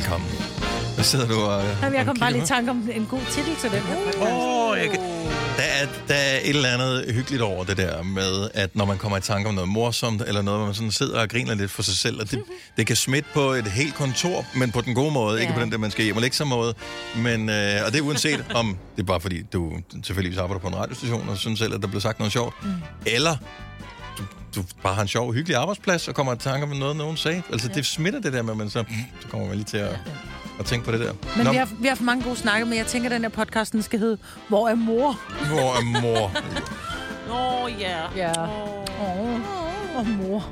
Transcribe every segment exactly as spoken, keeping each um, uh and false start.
velkommen. Hvad sidder du og... Jamen, jeg kom bare lige i tanke om en god titel til den her podcast. Åh, jeg kan... Der er, der er et eller andet hyggeligt over det der med, at når man kommer i tanke om noget morsomt, eller noget, hvor man sådan sidder og griner lidt for sig selv, og det, det kan smitte på et helt kontor, men på den gode måde, ja. Ikke på den der, man skal hjem og lægge sig måde. Men, øh, og det er uanset om, det er bare fordi, du tilfældigvis arbejder på en radiostation, og synes selv, at der bliver sagt noget sjovt, mm. eller du, du bare har en sjov, hyggelig arbejdsplads, og kommer i tanke om noget, nogen sagde. Altså, ja. Det smitter det der med, man så, så kommer man lige til at... Ja. Og tænk på det der. Men Nå, vi har, vi har for mange gode snakke, men jeg tænker, at den her podcast, den skal hedde, Hvor er mor? Hvor er mor? Åh, oh, ja. Ja. Åh, oh. oh, oh, mor.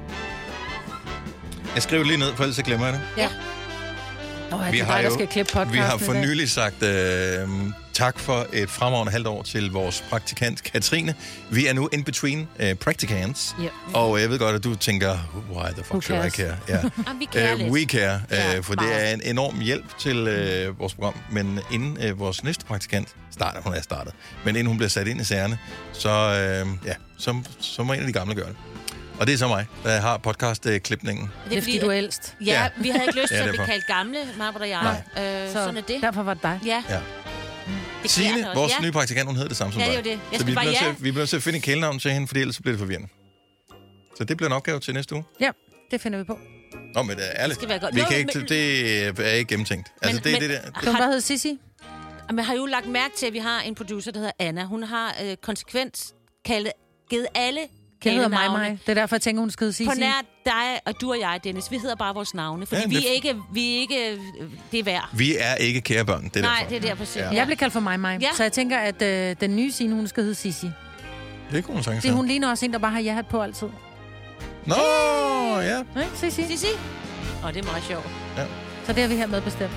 Jeg skriver lige ned, for ellers så glemmer jeg det. Ja. Nå, ja, det er dig, der skal klippe podcasten. Vi har for nylig sagt øh, tak for et fremragende halvt år til vores praktikant Katrine. Vi er nu in between uh, practicants. Yep. Og jeg ved godt, at du tænker, why the fuck should I care? Ja. We care, uh, we care ja, uh, for meget. Det er en enorm hjælp til uh, vores program. Men inden uh, vores næste praktikant starter, hun er startet, men inden hun bliver sat ind i sagerne, så, uh, ja, så, så må en af de gamle gøre det. Og det er så mig, der har podcast-klipningen. Det er fordi, du er ældst. Ja, ja, vi havde ikke lyst til ja, at blive kaldt gamle, Marbert og jeg. Øh, så sådan er det. Derfor var det dig. Ja. ja. Signe, vores ja. nye praktikant, hun hedder det samme som dig. dig. Ja, det er jo det. Jeg så vi bliver, ja. til, vi bliver til at finde en kælenavn til hende, for ellers bliver det forvirrende. Så det bliver en opgave til næste uge. Ja, det finder vi på. Nå, men det er ærligt. Det skal være godt. Vi jo, kan ikke, men, det er ikke gennemtænkt. Men, altså, det er men, det der. Kan hun bare hedde Sissi? Men har jo lagt mærke til, at vi har en producer, der hedder Anna. Hun har øh, konsekvent kaldet, givet alle Det hedder mig, mig. Det er derfor, jeg tænker, hun skal hedde Sissi. På nær dig og du og jeg, Dennis. Vi hedder bare vores navne, fordi ja, vi, er ikke, vi er ikke... Det er værd. Vi er ikke kære børn, det er Nej, derfor. det er der præcis. Ja. Jeg bliver kaldt for mig, mig. Ja. Så jeg tænker, at øh, den nye Signe, hun skal hedde Sissi. Det kunne hun sagtens. Det hun ligner også en, der bare har ja-hat på altid. Nå, ja. Nej, Sissi. Sissi. Og det er meget sjovt. Ja. Så det har vi her med bestemt.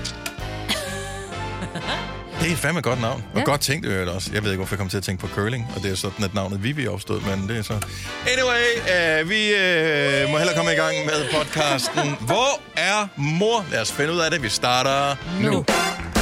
Det er fandme et godt navn. Og ja. Godt tænkt øvrigt også. Jeg ved ikke, hvorfor jeg kom til at tænke på curling, og det er sådan, at navnet Vivi opstod, men det er så... Anyway, uh, vi uh, må hellere komme i gang med podcasten. Hvor er mor? Lad os finde ud af det. Vi starter nu. nu.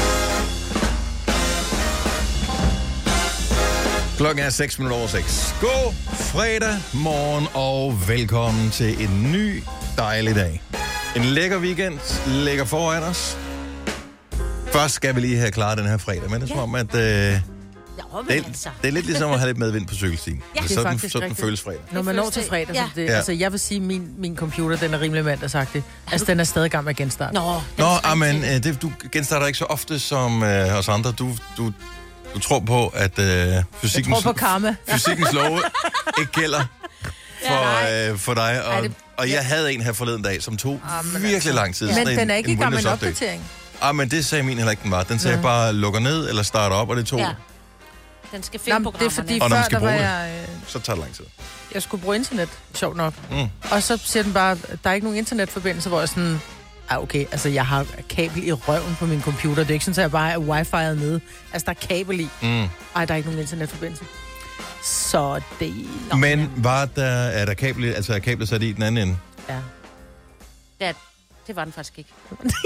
Klokken er seks minutter over seks. God fredag morgen, og velkommen til en ny dejlig dag. En lækker weekend ligger foran os. Først skal vi lige have klaret den her fredag, men det er som om, at øh, det, altså. det er lidt ligesom at have lidt medvind på cykelstien. Ja, det er sådan, faktisk sådan føles fredag. Når man når til fredag, ja. så det, ja. altså jeg vil sige, at min, min computer, den er rimelig mandagsagtig. Altså den er stadig i gang med at genstarte. Nå, Nå amen, øh, det, du genstarter ikke så ofte som øh, os andre. Du, du, du tror på, at øh, fysikkens, jeg tror på karma. fysikkens love ikke gælder for, øh, for dig. Og, Ej, det, og jeg havde en her forleden dag, som tog Amen, virkelig altså. lang tid. Men den en, er ikke en i gang med en opdatering. Ah, men det sagde min heller ikke, den var. Den sagde ja. bare, lukker ned eller starter op, og det tog... Ja. Den skal finde Nå, programmerne. Det er fordi, og når man før, skal bruge det, jeg, øh, så tager det lang tid. Jeg skulle bruge internet, sjovt nok. Mm. Og så siger den bare, der er ikke nogen internetforbindelse, hvor jeg sådan... Ah, okay, altså jeg har kabel i røven på min computer. Det er ikke sådan, at jeg bare er wifi'et nede. Altså, der er kabel i. Mm. Ej, der er ikke nogen internetforbindelse. Så det... Nå, men ja. var der, er der kabel, altså er kablet sat i den anden ende? Ja. Ja, det var den faktisk ikke.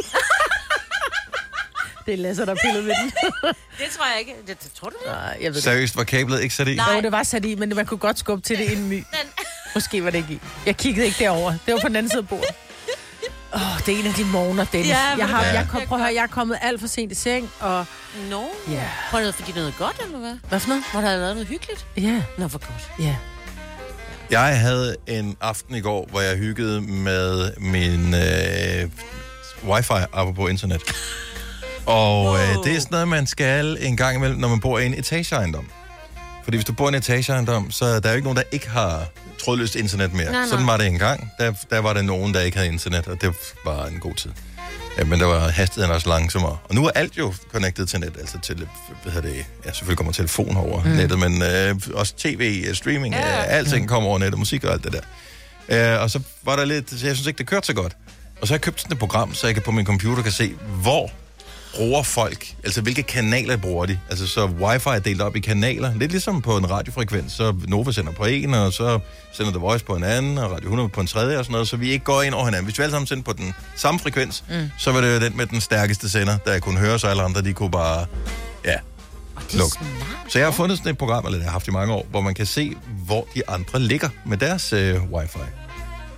Det er Lasse, der pillede ved den. Det tror jeg ikke. Det, det tror du det? Nej, jeg ved Seriøst, var kablet ikke sat i? Nej. Jo, det var sat i, men man kunne godt skubbe til det inden i. Måske var det ikke i. Jeg kiggede ikke derover. Det var på den anden side af bordet. Åh, oh, det er en af de morgener, Dennis. Ja, jeg, har, ja. jeg, kom, prøv at høre, jeg er kommet alt for sent i seng, og... Nå? No. Ja. Var det fordi noget godt, eller hvad? Hvad for noget? Var der lavet noget hyggeligt? Ja. Nå, hvor godt. Ja. Jeg havde en aften i går, hvor jeg hyggede med min øh, wifi apropos internet. Og wow. øh, det er sådan noget, man skal en gang imellem, når man bor i en etageejendom. Fordi hvis du bor i en etageejendom, så der er jo ikke nogen, der ikke har trådløst internet mere. Nej, nej. Sådan var det engang. Der, der var der nogen, der ikke havde internet, og det var en god tid. Ja, men der var hastigheden også langsommere. Og nu er alt jo connected til net, altså til, hvad hedder det, ja, selvfølgelig kommer telefon over mm. nettet, men øh, også tv, streaming, ja. øh, alting kommer over nettet, musik og alt det der. Øh, og så var der lidt, så jeg synes ikke, det kørte så godt. Og så har jeg købt sådan et program, så jeg kan på min computer kan se, hvor bruger folk, altså hvilke kanaler bruger de. Altså så wifi er delt op i kanaler, lidt ligesom på en radiofrekvens, så Nova sender på en, og så sender The Voice på en anden, og Radio hundrede på en tredje og sådan noget, så vi ikke går ind over hinanden. Hvis vi alle sammen sender på den samme frekvens, mm. så var det jo den med den stærkeste sender, der kunne høre, så alle andre, de kunne bare, ja, lukke. Så jeg har fundet sådan et program, eller det har jeg haft i mange år, hvor man kan se, hvor de andre ligger med deres øh, wifi.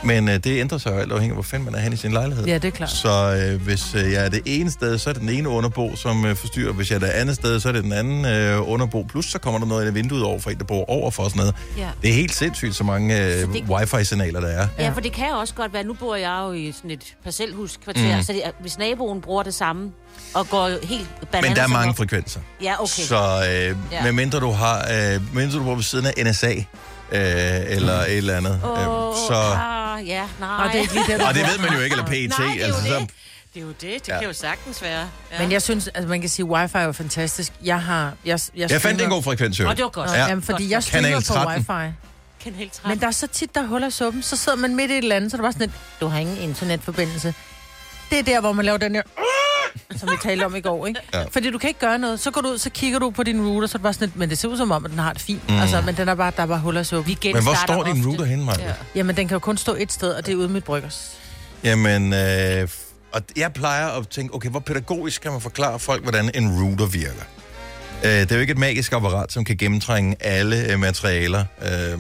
Men øh, det ændrer sig jo alt afhængig af, hvor fanden man er hen i sin lejlighed. Ja, det er klart. Så øh, hvis øh, jeg er det ene sted, så er det den ene underbo, som øh, forstyrrer. Hvis jeg er det andet sted, så er det den anden øh, underbo. Plus så kommer der noget i vinduet over for en, der bor over for sådan noget. Ja. Det er helt sindssygt, så mange øh, det... wifi-signaler, der er. Ja, for det kan jo også godt være, nu bor jeg jo i sådan et parcelhuskvarter, mm. så det, hvis naboen bruger det samme, og går helt bananer. Men der er mange op. frekvenser. Ja, okay. Så øh, ja. medmindre du har, øh, medmindre du bor ved siden af N S A, Øh, eller et eller andet. Åh, oh, så... ah, ja, nej. Og det, er ikke lige det, og det ved man jo ikke, eller P E T. Nej, det er jo altså, det. Så... Det er jo det. Det ja. kan jo sagtens være. Ja. Men jeg synes, altså man kan sige, wifi er jo fantastisk. Jeg har... Jeg, jeg, jeg fandt en god frekvens, jo. Og det var godt. Ja. Jamen, fordi jeg streamer på wifi. Kanal tretten. Men der er så tit, der huller suppen, så sidder man midt i et eller andet, så er der bare sådan et, du har ingen internetforbindelse. Det er der, hvor man laver den der... som vi talte om i går, ikke? Ja. Fordi du kan ikke gøre noget. Så går du ud, så kigger du på din router, så er det bare sådan et, men det ser ud som om, at den har det fint. Mm. Altså, men den er bare, der er bare huller så. Vi men hvor står din router henne, Maja? Ja. Jamen, den kan jo kun stå et sted, og det er ude mit bryggers. Jamen, øh, og jeg plejer at tænke, okay, hvor pædagogisk kan man forklare folk, hvordan en router virker? Øh, det er jo ikke et magisk apparat, som kan gennemtrænge alle øh, materialer, øh,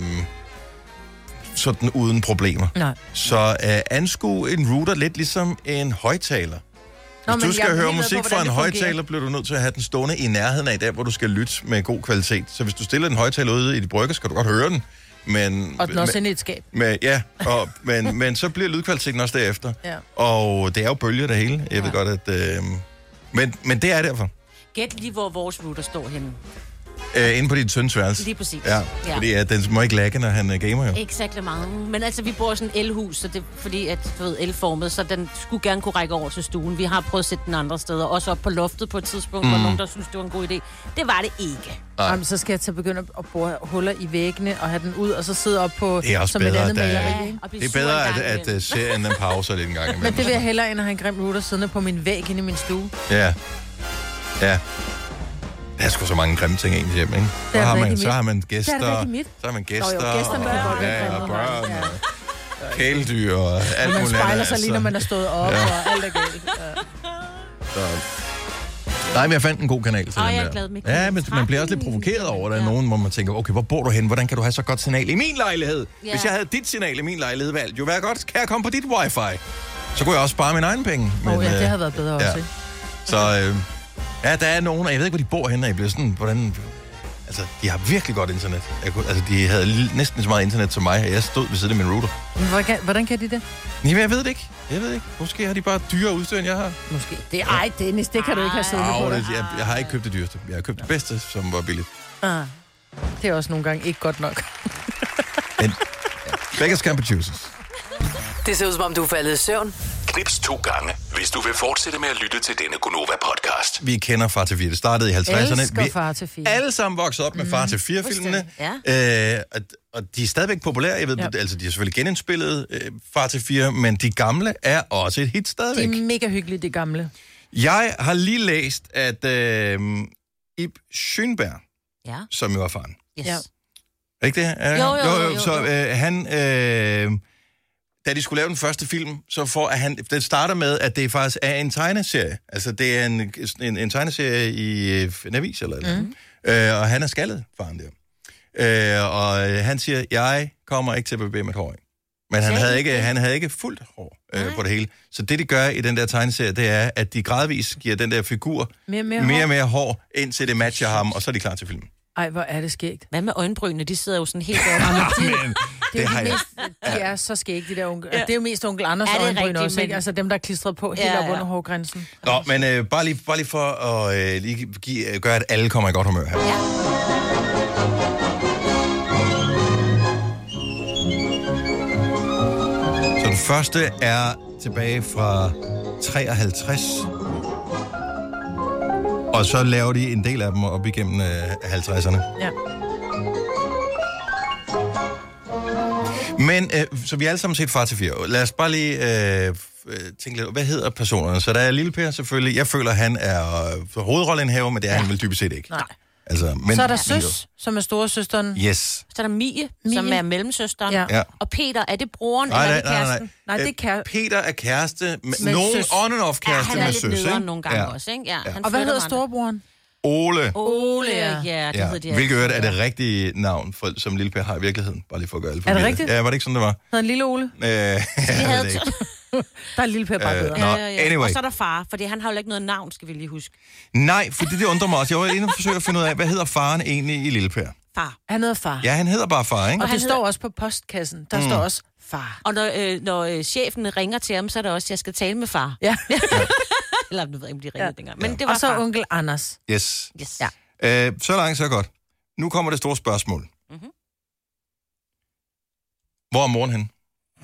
sådan uden problemer. Nej. Så øh, anskue en router lidt ligesom en højtaler. Hvis Nå, du skal høre musik på, fra en højtaler, bliver du nødt til at have den stående i nærheden af der, hvor du skal lytte med god kvalitet. Så hvis du stiller en højtaler ude i dit brygger, skal du godt høre den. Men, og den også inde i et skab. Med, ja, og, men, men så bliver lydkvaliteten også derefter. Ja. Og det er jo bølger det hele. Jeg ja. ved godt, at... Øh, men, men det er derfor. Gæt lige, hvor vores router står henne. Øh, inde på dit søns værelse. Lige præcis. Ja, ja. Fordi at den må ikke lagge, når han uh, gamer jo. Ikke særlig mange. Men altså, vi bor i sådan et elhus, så det fordi at, du ved, elformet, så den skulle gerne kunne række over til stuen. Vi har prøvet at sætte den andre steder, også op på loftet på et tidspunkt, mm. hvor nogen, der synes, det var en god idé. Det var det ikke. Jamen, så skal jeg til at begynde at bore huller i væggene og have den ud, og så sidde op på det er også som bedre, et andet der, maleri. Ja, det er bedre, at, at, at serien den pauser lidt en gang. Men det vil jeg hellere, end at have en grim router siddende på min væg inde i min stue. Ja. Ja. Der er sgu så mange grimme ting egentlig hjem, ikke? Så har, man, så har man gæster, så har man gæster, Nå, jo, gæsterne og, ja, og børn, ja. og kæledyr og alt muligt andet. Man spejler sig lige, når man er stået op, ja. og alt er galt. Ja. Så. Nej, men jeg fandt en god kanal til oh, den jeg er der. glad med ja, men man bliver også lidt provokeret over, at der er nogen, hvor man tænker, okay, hvor bor du hen? Hvordan kan du have så godt signal i min lejlighed? Ja. Hvis jeg havde dit signal i min lejlighed, valgt jo være godt. Kan jeg komme på dit wifi? Så kunne jeg også spare min egen penge. Åh oh, ja, det har været bedre også, ja. ikke? Så... Øh, ja, der er nogen, og jeg ved ikke, hvor de bor henne, og jeg bliver sådan, hvordan... Altså, de har virkelig godt internet. Jeg kunne, altså, de havde næsten så meget internet som mig, og jeg stod ved siden af min router. Men hvordan, hvordan kan de det? Jamen, jeg ved det ikke. Jeg ved ikke. Måske har de bare dyrere udstyr, end jeg har. Måske. Det er, ej, Dennis, det kan du ikke have siddende på. Det, jeg, jeg har ikke købt det dyreste. Jeg har købt det bedste, som var billigt. Ah, det er også nogle gange ikke godt nok. Men, ja. Beggars can't be choosers. Det ser ud, som om du er faldet i søvn. Knips to gange, hvis du vil fortsætte med at lytte til denne Gonova-podcast. Vi kender Far til fire. Det startede i halvtredserne. Elsker Far til fire. Vi alle sammen voksede op med mm. Far til fire-filmene. Ja. Øh, og, og de er stadigvæk populære. Jeg ved, ja. altså, de har selvfølgelig genindspillet øh, Far til fire, men de gamle er også et hit stadigvæk. De er mega hyggelige, de gamle. Jeg har lige læst, at øh, Ib Schønberg, ja. som jo var faren. Yes. Ja. Ikke det? Øh, jo, jo, jo, jo, jo. Så øh, han... Øh, da de skulle lave den første film, så får at han, den starter med, at det faktisk er en tegneserie. Altså, det er en, en, en tegneserie i en avis eller noget. Mm. Øh, og han er skaldet, faren der. Øh, og han siger, jeg kommer ikke til at barbere mit hår af. Men han havde ikke, han havde ikke fuldt hår øh, på det hele. Så det, de gør i den der tegneserie, det er, at de gradvist giver den der figur mere og mere, mere, hår. mere hår, indtil det matcher ham, og så er de klar til filmen. Ej, hvor er det skægt. Hvad med øjenbrynene? De sidder jo sådan helt over. de, det, det er de, mest, de er så skægt, de der onkel. Ja. Det er jo mest onkel Anders ja, øjenbryn også, ikke? Altså dem, der er klistret på helt ja, op under hårgrænsen. Nå, men øh, bare, lige, bare lige for at øh, lige give, gøre, at alle kommer i godt humør her. Ja. Så den første er tilbage fra treoghalvtreds. Og så laver de en del af dem op igennem øh, halvtredserne. Ja. Men, øh, så vi har alle sammen set Far til fire. Lad os bare lige øh, tænke lidt, hvad hedder personerne? Så der er Lille Per selvfølgelig. Jeg føler, han er øh, hovedrollenhaver, men det er ja. han vel typisk set ikke. Nej. Altså, men, så er der Søs, som er storesøsteren. Yes. Så er der Mie, Mie. som er mellemsøsteren. Ja. Ja. Og Peter, er det broren, nej, eller er det nej, kæresten? Nej, nej, nej. det er kæresten. Peter er kæreste med, med nogen on and off kæreste ja, med Søs. Han er lidt nederen nogle gange ja. også, ikke? Ja, ja. Han og hvad hedder storebroren? Ole. Ole, ja, det ja. hedder de. Hvilket øvrigt er det rigtige navn, for, som Lille Per har i virkeligheden. Bare lige for at gøre alle Er det rigtigt? Ja, var det ikke sådan, det var? Hedder en lille Ole? Øh, jeg havde ved det ikke. Der er Lille Per bare bedre. Øh, nå, Ja, ja, ja. anyway. Og så er der far, fordi han har jo ikke noget navn, skal vi lige huske. Nej, fordi det undrer mig også. Jeg var inde og forsøge at finde ud af, hvad hedder faren egentlig i Lille Per? Far. Han hedder far. Ja, han hedder bare far, ikke? Og det hedder- står også på postkassen. Der mm. står også far. Og når, øh, når øh, chefen ringer til ham, så er der også, at jeg skal tale med far. Ja. Eller nu ved jeg ikke, om de ringede Ja. ja. dengang. Men det var Og så far. onkel Anders. Yes. Yes. Ja. Øh, så langt, så godt. Nu kommer det store spørgsmål. Mhm. Hvor er moren henne?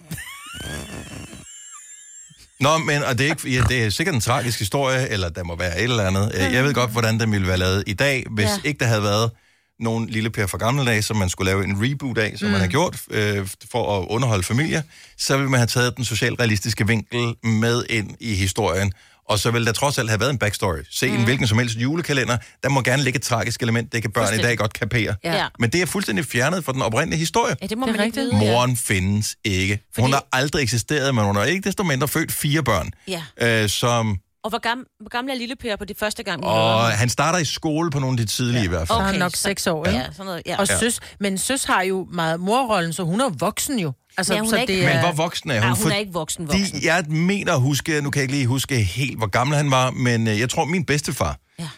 Nå, men og det, er ikke, ja, det er sikkert en tragisk historie, eller der må være et eller andet. Øh, Jeg ved godt, hvordan den ville være lavet i dag, hvis ja. ikke der havde været nogen Lille Per fra gamle dage, som man skulle lave en reboot af, som mm. man har gjort øh, for at underholde familier. Så ville man have taget den socialrealistiske vinkel med ind i historien. Og så vil der trods alt have været en backstory. Se mm. en hvilken som helst julekalender. Der må gerne ligge et tragisk element, det kan børn i dag godt kapere. Ja. ja. Men det er fuldstændig fjernet fra den oprindelige historie. Ja, det må Det er man ikke rigtigt. vide. Moren findes ikke. Fordi- Hun har aldrig eksisteret, men hun har ikke desto mindre født fire børn. Ja. Øh, som, Og hvor gammel, hvor gammel er Lille Per på det første gang? vi og møder ham? han starter i skole på nogle af de tidlige ja. i hvert fald. Så er han Okay, nok så- seks år, ikke? Ja, sådan noget. Ja. Og søs, men søs har jo meget morrollen, så hun er voksen jo. Altså, Ja, hun så er ikke- det er... Men hvor voksen er hun? Ja, hun er For- ikke voksen voksen. De, jeg mener at huske, nu kan jeg ikke lige huske helt, hvor gammel han var, men øh, jeg tror, min bedstefar,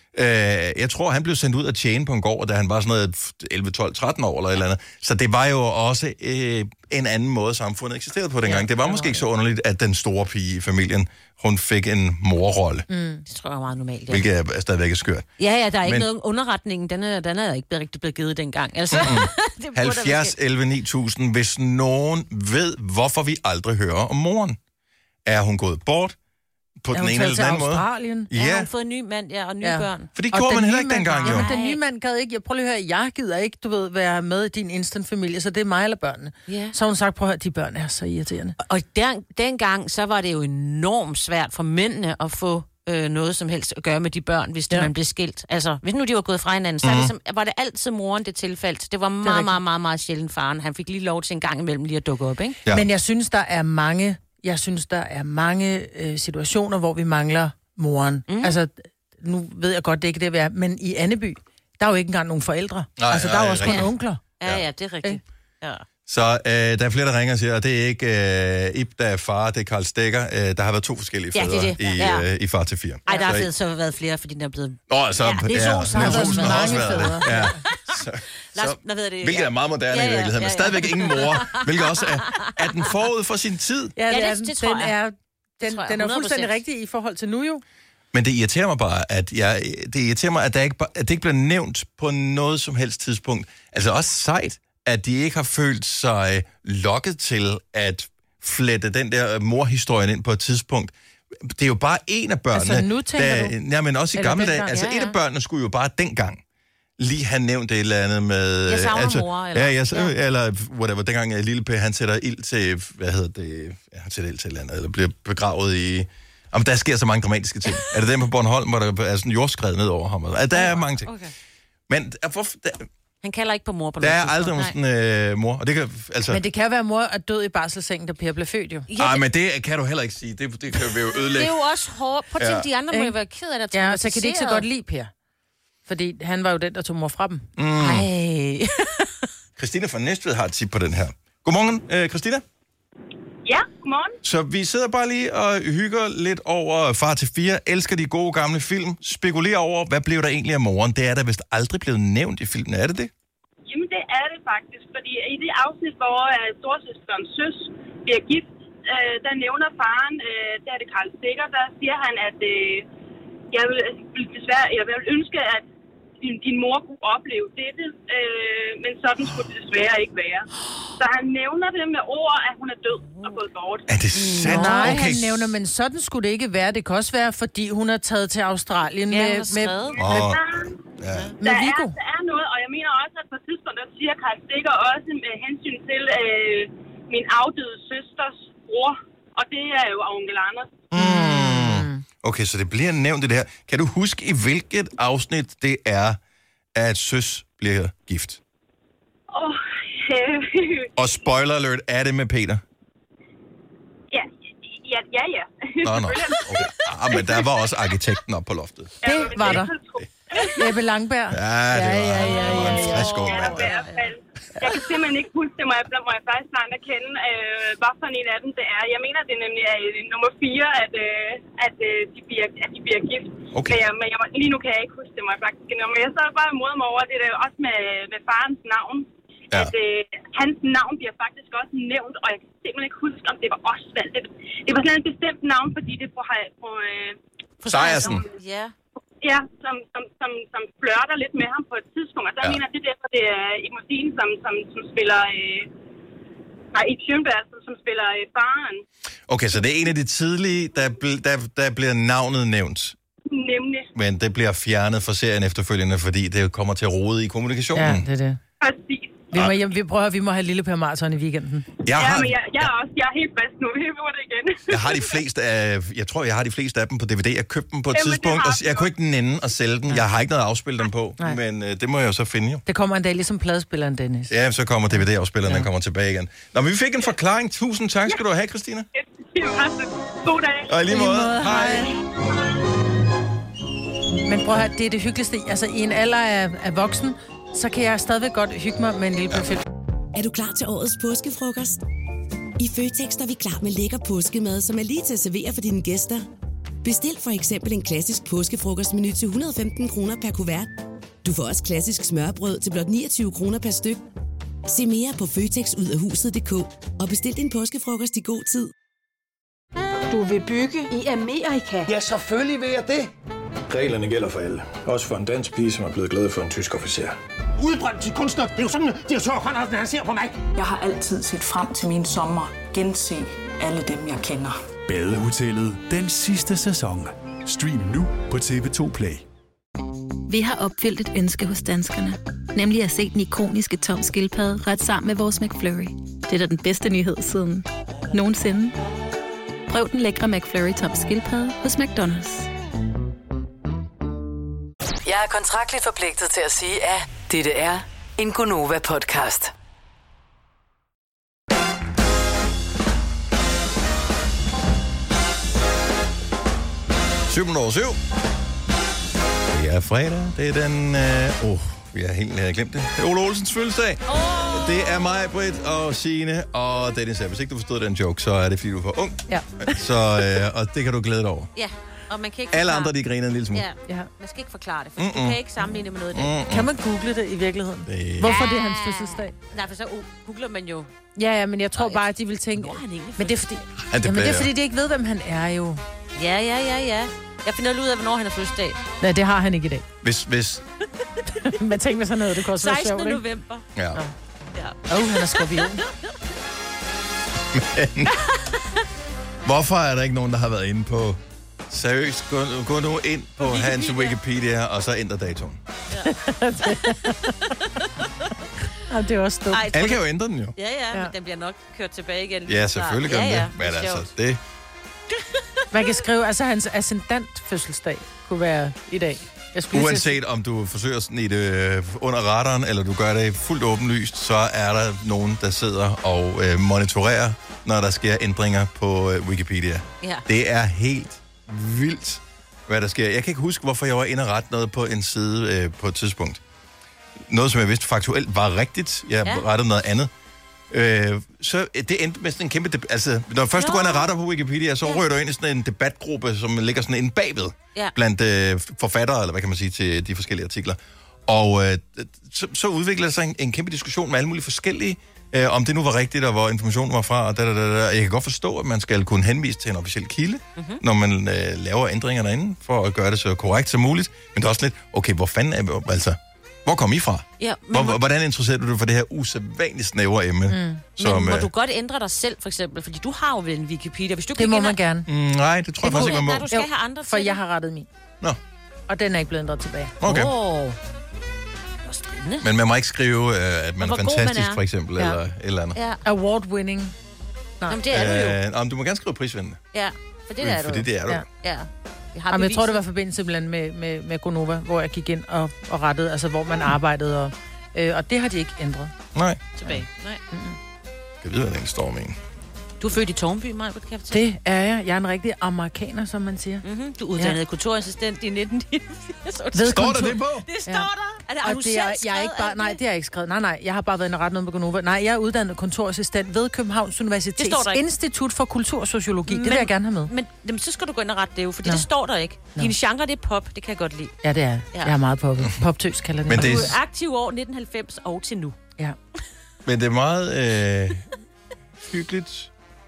Ja. øh, jeg tror, han blev sendt ud at tjene på en gård, da han var sådan noget elleve, tolv, tretten år eller et eller andet. Så det var jo også øh, en anden måde, samfundet eksisterede på dengang. Ja, Det var måske ikke så underligt, at den store pige i familien, hun fik en morrolle, mm. Det tror jeg er meget normalt, ja. hvilket er stadigvæk er skørt. Ja, ja, der er ikke Men- noget underretning. Den er, den er ikke blevet rigtig blevet givet dengang. Altså, det burde der halvfjerds måske- elleve ni tusind, hvis nogen ved, hvorfor vi aldrig hører om moren. Er hun gået bort på er den hun ene taget eller til den anden måde? Australien? Ja, Ja, hun har fået en ny mand, ja, og nye Ja. børn. for det Og gjorde den man heller nye ikke mand- dengang, jo. Jamen, den Nej. nye mand gad ikke. Jeg prøver lige at høre, jeg gider ikke, du ved, være med i din instant-familie, så det er mig eller børnene. Ja. Så har hun sagt, prøv at høre, de børn er så irriterende. Og den, dengang, så var det jo enormt svært for mændene at få øh, noget som helst at gøre med de børn, hvis de, Ja. man blev skilt. Altså, hvis nu de var gået fra hinanden, så Mhm. mm-hmm. ligesom, var det altid moren, det tilfældt. Det var meget, rigtigt. meget, meget, meget sjældent faren. Han fik lige lov til en gang imellem lige at dukke op, ikke? Ja. Ja. Men jeg synes, der er mange, jeg synes, der er mange øh, situationer, hvor vi mangler moren. Mm. Altså, nu ved jeg godt, det ikke er det, vi er, men i Anneby, der er jo ikke engang nogen forældre. Nej, altså, der nej, er jo også kun rigtigt. onkler. Ja, ja, det er rigtigt. Ja. Så øh, der er flere, der ringer og siger, og det er ikke øh, Ib, der er far, det er Karl Stegger. Øh, der har været to forskellige Ja, det fædre er det. i, Ja. øh, i Far til fire. Ej, der har Så- fedt, så været flere, fordi den er blevet... Nå, så... Ja, Niels Olsen har Niels været Olsen har også mange været fædre. det. Ja. Så, Lars, så, hvad hedder det? hvilket Ja. er meget moderne Ja, i ja, virkeligheden, ja, men ja. stadigvæk ingen mor, hvilket også er, er den forud for sin tid. Ja, Ja, det, det- er den. det tror den jeg. er, den, tror jeg, den er hundrede fuldstændig procent. rigtig i forhold til nu jo. Men det irriterer mig bare, at jeg, det irriterer mig, at, der ikke, at det ikke bliver nævnt på noget som helst tidspunkt. Altså også sejt, at de ikke har følt sig lokket til at flette den der morhistorien ind på et tidspunkt. Det er jo bare en af børnene. Altså, nu tænker du? Ja, men også i Eller gamle dage. dengang? Altså Ja, et ja. af børnene skulle jo bare dengang lige have nævnt et eller andet med... Jeg savner altså, mor, eller- Ja, jeg, Ja. ja. eller whatever. Dengang jeg Lille Per, han sætter ild til... Hvad hedder det? Ja, han sætter ild til et eller andet, eller bliver begravet i... Jamen, der sker så mange dramatiske ting. Er det den på Bornholm, hvor der er sådan en jordskred ned over ham? Altså, der er mange ting. Okay. Men hvorfor, der, Han kalder ikke på mor på der noget er aldrig nogen tidspunkt. sådan øh, mor. Og det kan, altså... Men det kan være, mor er død i barselssengen, da Per blev født jo. Ja, Ej, det, men det kan du heller ikke sige. Det, det kan vi jo det ødelægge. er jo også hårdt. Prøv at tænke, Ja. de andre må jo Ikke? være ked af det. Ja, så kan de ikke så godt lide Per. Fordi han var jo den, der tog mor fra dem. Mm. Ej. Christina fra Næstved har et tip på den her. Godmorgen, øh, Christina. Ja, godmorgen. Så vi sidder bare lige og hygger lidt over Far til fire. Elsker de gode gamle film. Spekulerer over, hvad blev der egentlig af moren? Det er der vist aldrig blevet nævnt i filmen. Er det det? Jamen, det er det faktisk, fordi i det afsnit, hvor uh, storsøsterens søs bliver gift, uh, der nævner faren, uh, der er det Karl Stegger, der siger han, at uh, jeg, vil, vil desværre, jeg vil ønske, at din, din mor kunne opleve dette, uh, men sådan skulle det desværre ikke være. Så han nævner det med ord, at hun er død og gået bort. Er det sandt? Nej, Okay. han nævner, men sådan skulle det ikke være. Det kan også være, fordi hun er taget til Australien Ja, med, hun har med, skrevet. Åh, Der, ja. med der, Viggo. er, der er noget, og jeg mener også, at på et tidspunkt, der siger Karl Stegger også med hensyn til øh, min afdøde søsters bror, og det er jo onkel Anders. Mm. Okay, så det bliver nævnt i det her. Kan du huske, i hvilket afsnit det er, at søs bliver gift? Åh, oh, øh, Og spoiler alert, er det med Peter? ja, ja, ja, ja. Nå, nå. Okay. Ah, men der var også arkitekten op på loftet. Ja, Det men var er der. ikke så tro- Ebbe Langberg. Ja, det var, ja, ja, ja, en frisk ung mand. Ja, i hvert fald. Jeg kan simpelthen ikke huske det, må jeg, må jeg faktisk snart erkende, øh, hvad for en af dem det er. Jeg mener, det er nemlig er nummer fire, at, øh, at, øh, de bliver, at de bliver gift. Okay. Men, jeg, men jeg, lige nu kan jeg ikke huske det, må jeg faktisk erkende. Men jeg sad bare imod mig over det der, også med, med farens navn. Ja. At øh, hans navn bliver faktisk også nævnt, og jeg kan simpelthen ikke huske, om det var Osvald. Det, det var sådan et bestemt navn, fordi det på... på øh, Sejersen. Ja. Ja, som, som, som, som flørter lidt med ham på et tidspunkt. Og der ja. mener jeg, det er derfor, det er Imosine, som, som, som spiller... Øh, nej, i Tjønberg, som, som spiller øh, faren. Okay, så det er en af de tidlige, der, bl- der, der bliver navnet nævnt. Nemlig. Men det bliver fjernet fra serien efterfølgende, fordi det kommer til at rode i kommunikationen. Ja, det er det. Præcis. Vi må, hjem, vi prøver, vi må have Lille Per Marathon i weekenden. Jeg har, ja, men jeg, jeg, er også, jeg er helt fast nu. Vi må det igen. jeg har de fleste af, jeg tror, jeg har de fleste af dem på D V D. Jeg købte dem på et Jamen, tidspunkt, og jeg kunne ikke nænde at sælge dem. Jeg har ikke noget at afspille dem på, Nej. men øh, det må jeg jo så finde jo. Det kommer en dag ligesom pladespilleren, Dennis. Ja, så kommer D V D-afspilleren, ja. Den kommer tilbage igen. Nå, men vi fik en forklaring. Tusind tak skal du have, Christina. God dag. Og i lige måde. Hej. Men prøv at høre, det er det hyggeligste. Altså, i en alder af, af voksen, så kan jeg stadigvæk godt hygge mig med en lille perfekt. Er du klar til årets påskefrokost? I Føtex er vi klar med lækker påskemad, som er lige til at servere for dine gæster. Bestil for eksempel en klassisk påskefrokostmenu til et hundrede og femten kroner per kuvert. Du får også klassisk smørbrød til blot niogtyve kroner per styk. Se mere på føtex ud af huset punktum d k og bestil din påskefrokost i god tid. Du vil bygge i Amerika? Ja, selvfølgelig vil jeg det. Reglerne gælder for alle. Også for en dansk pige, som er blevet glad for en tysk officer. Udbrændt til kunstner. Det er jo sådan, at de har tørt, han ser på mig. Jeg har altid set frem til min sommer. Gense alle dem, jeg kender. Badehotellet den sidste sæson. Stream nu på T V to Play. Vi har opfyldt et ønske hos danskerne. Nemlig at se den ikoniske Tom Skildpadde ret sammen med vores McFlurry. Det er da den bedste nyhed siden nogensinde. Prøv den lækre McFlurry Tom Skildpadde hos McDonald's. Jeg er kontraktligt forpligtet til at sige, at dette er en Gonova-podcast. syv over syv. Det er fredag. Det er den... Åh, øh, oh, vi har helt jeg glemt det. Det er Ole Olsens fødselsdag. Oh! Det er mig, Britt og Signe og Dennis. Hvis ikke du forstod den joke, så er det, fordi du er for ung. Ja. Så, øh, og det kan du glæde dig over. Ja. Og man kan ikke alle andre, de griner en lille smule. Ja, ja. Man skal ikke forklare det, for Mm-mm. du kan ikke sammenligne det med noget af det. Kan man google det i virkeligheden? Det... Hvorfor det er hans fødselsdag? Nej, for så uh, googler man jo... Ja, ja, men jeg tror bare, at de vil tænke... Hvor er han egentlig? Men det er fordi, ja, det, ja, men det er fordi, de ikke ved, hvem han er jo. Ja, ja, ja, ja. Jeg finder ud af, hvornår han har fødselsdag. Nej, det har han ikke i dag. Hvis... hvis... Men tænk med sådan noget, det kunne også være sjovt, sekstende november. Ja. Åh, ja. oh, han er skorpion. Men... Hvorfor er der ikke nogen, der har været inde på... Seriøst, gå, gå nu ind på Wikipedia. Hans Wikipedia, og så ændre datoen. Ja. Og det er også dumt. Alle kan jo ændre den jo. Ja, ja, ja, men den bliver nok kørt tilbage igen. Ja, selvfølgelig gør den ja, ja, det. Men det altså, det... Man kan skrive, altså hans ascendant fødselsdag kunne være i dag. Uanset om du forsøger sådan i det under radaren, eller du gør det fuldt åbenlyst, så er der nogen, der sidder og øh, monitorerer, når der sker ændringer på øh, Wikipedia. Ja. Det er helt vildt, hvad der sker. Jeg kan ikke huske, hvorfor jeg var inde og rette noget på en side øh, på et tidspunkt. Noget, som jeg vidste faktuelt var rigtigt. Jeg ja. rettede noget andet. Øh, så det endte med sådan en kæmpe... Deb- altså, når først du går ind og retter på Wikipedia, så ja. rører du ind i sådan en debatgruppe, som ligger sådan inde bagved, ja. blandt øh, forfattere, eller hvad kan man sige, til de forskellige artikler. Og øh, så, så udvikler der sig en, en kæmpe diskussion med alle mulige forskellige, øh, om det nu var rigtigt, og hvor informationen var fra, og da, da, da, da. Jeg kan godt forstå, at man skal kunne henvise til en officiel kilde, mm-hmm. når man øh, laver ændringer derinde, for at gøre det så korrekt som muligt. Men det er også lidt, okay, hvor fanden er vi, altså... Hvor kom I fra? Ja, hvor, må... Hvordan interesserer du dig for det her usædvanligt snævre emne? Mm. Som, men må øh... du godt ændre dig selv, for eksempel? Fordi du har jo vel en Wikipedia. Hvis du det må ændre... man gerne. Mm, nej, det tror det jeg faktisk ikke, man må. Nej, du skal jo, have andre for jeg har rettet min. Nå. Og den er ikke blevet ændret tilbage. Okay. Oh. Men man må ikke skrive, øh, at man er fantastisk, man er. For eksempel, ja. eller et eller andet. Ja. Award-winning. Nej. Jamen, det er du jo. Øh, om du må gerne skrive prisvindende. Ja, for det er du. For det, det er du. Ja. ja. Jeg, Jamen, jeg tror, det var forbindelse med, med, med Gonova, hvor jeg gik ind og, og rettede, altså hvor man arbejdede, og, øh, og det har de ikke ændret. Nej. Tilbage. Nej. Mm-hmm. Jeg ved, hvad den står med en. Du er født i Tårnby, Maja, kan jeg fortælle? Det er jeg. Jeg er en rigtig amerikaner, som man siger. Mm-hmm. Du er uddannet ja. kontorassistent i nitten niogfirs. Ved står der det på? Det står ja. der. Er det, har og du det selv er, jeg er ikke bare, nej, det har jeg ikke skrevet. Nej, nej, jeg har bare været inde og ret noget med Gonova. Nej, jeg er uddannet kontorassistent ved Københavns Universitets Institut for Kultursociologi. Men, det vil jeg gerne have med. Men, men så skal du gå ind og rette det jo, for det står der ikke. Nå. Din genre, det er pop. Det kan jeg godt lide. Ja, det er. Ja. Jeg er meget poppet. Poptøs kalder det. Men det er... Du er aktiv år nitten halvfems og til nu. Ja. Men det er meget øh, hyggeligt.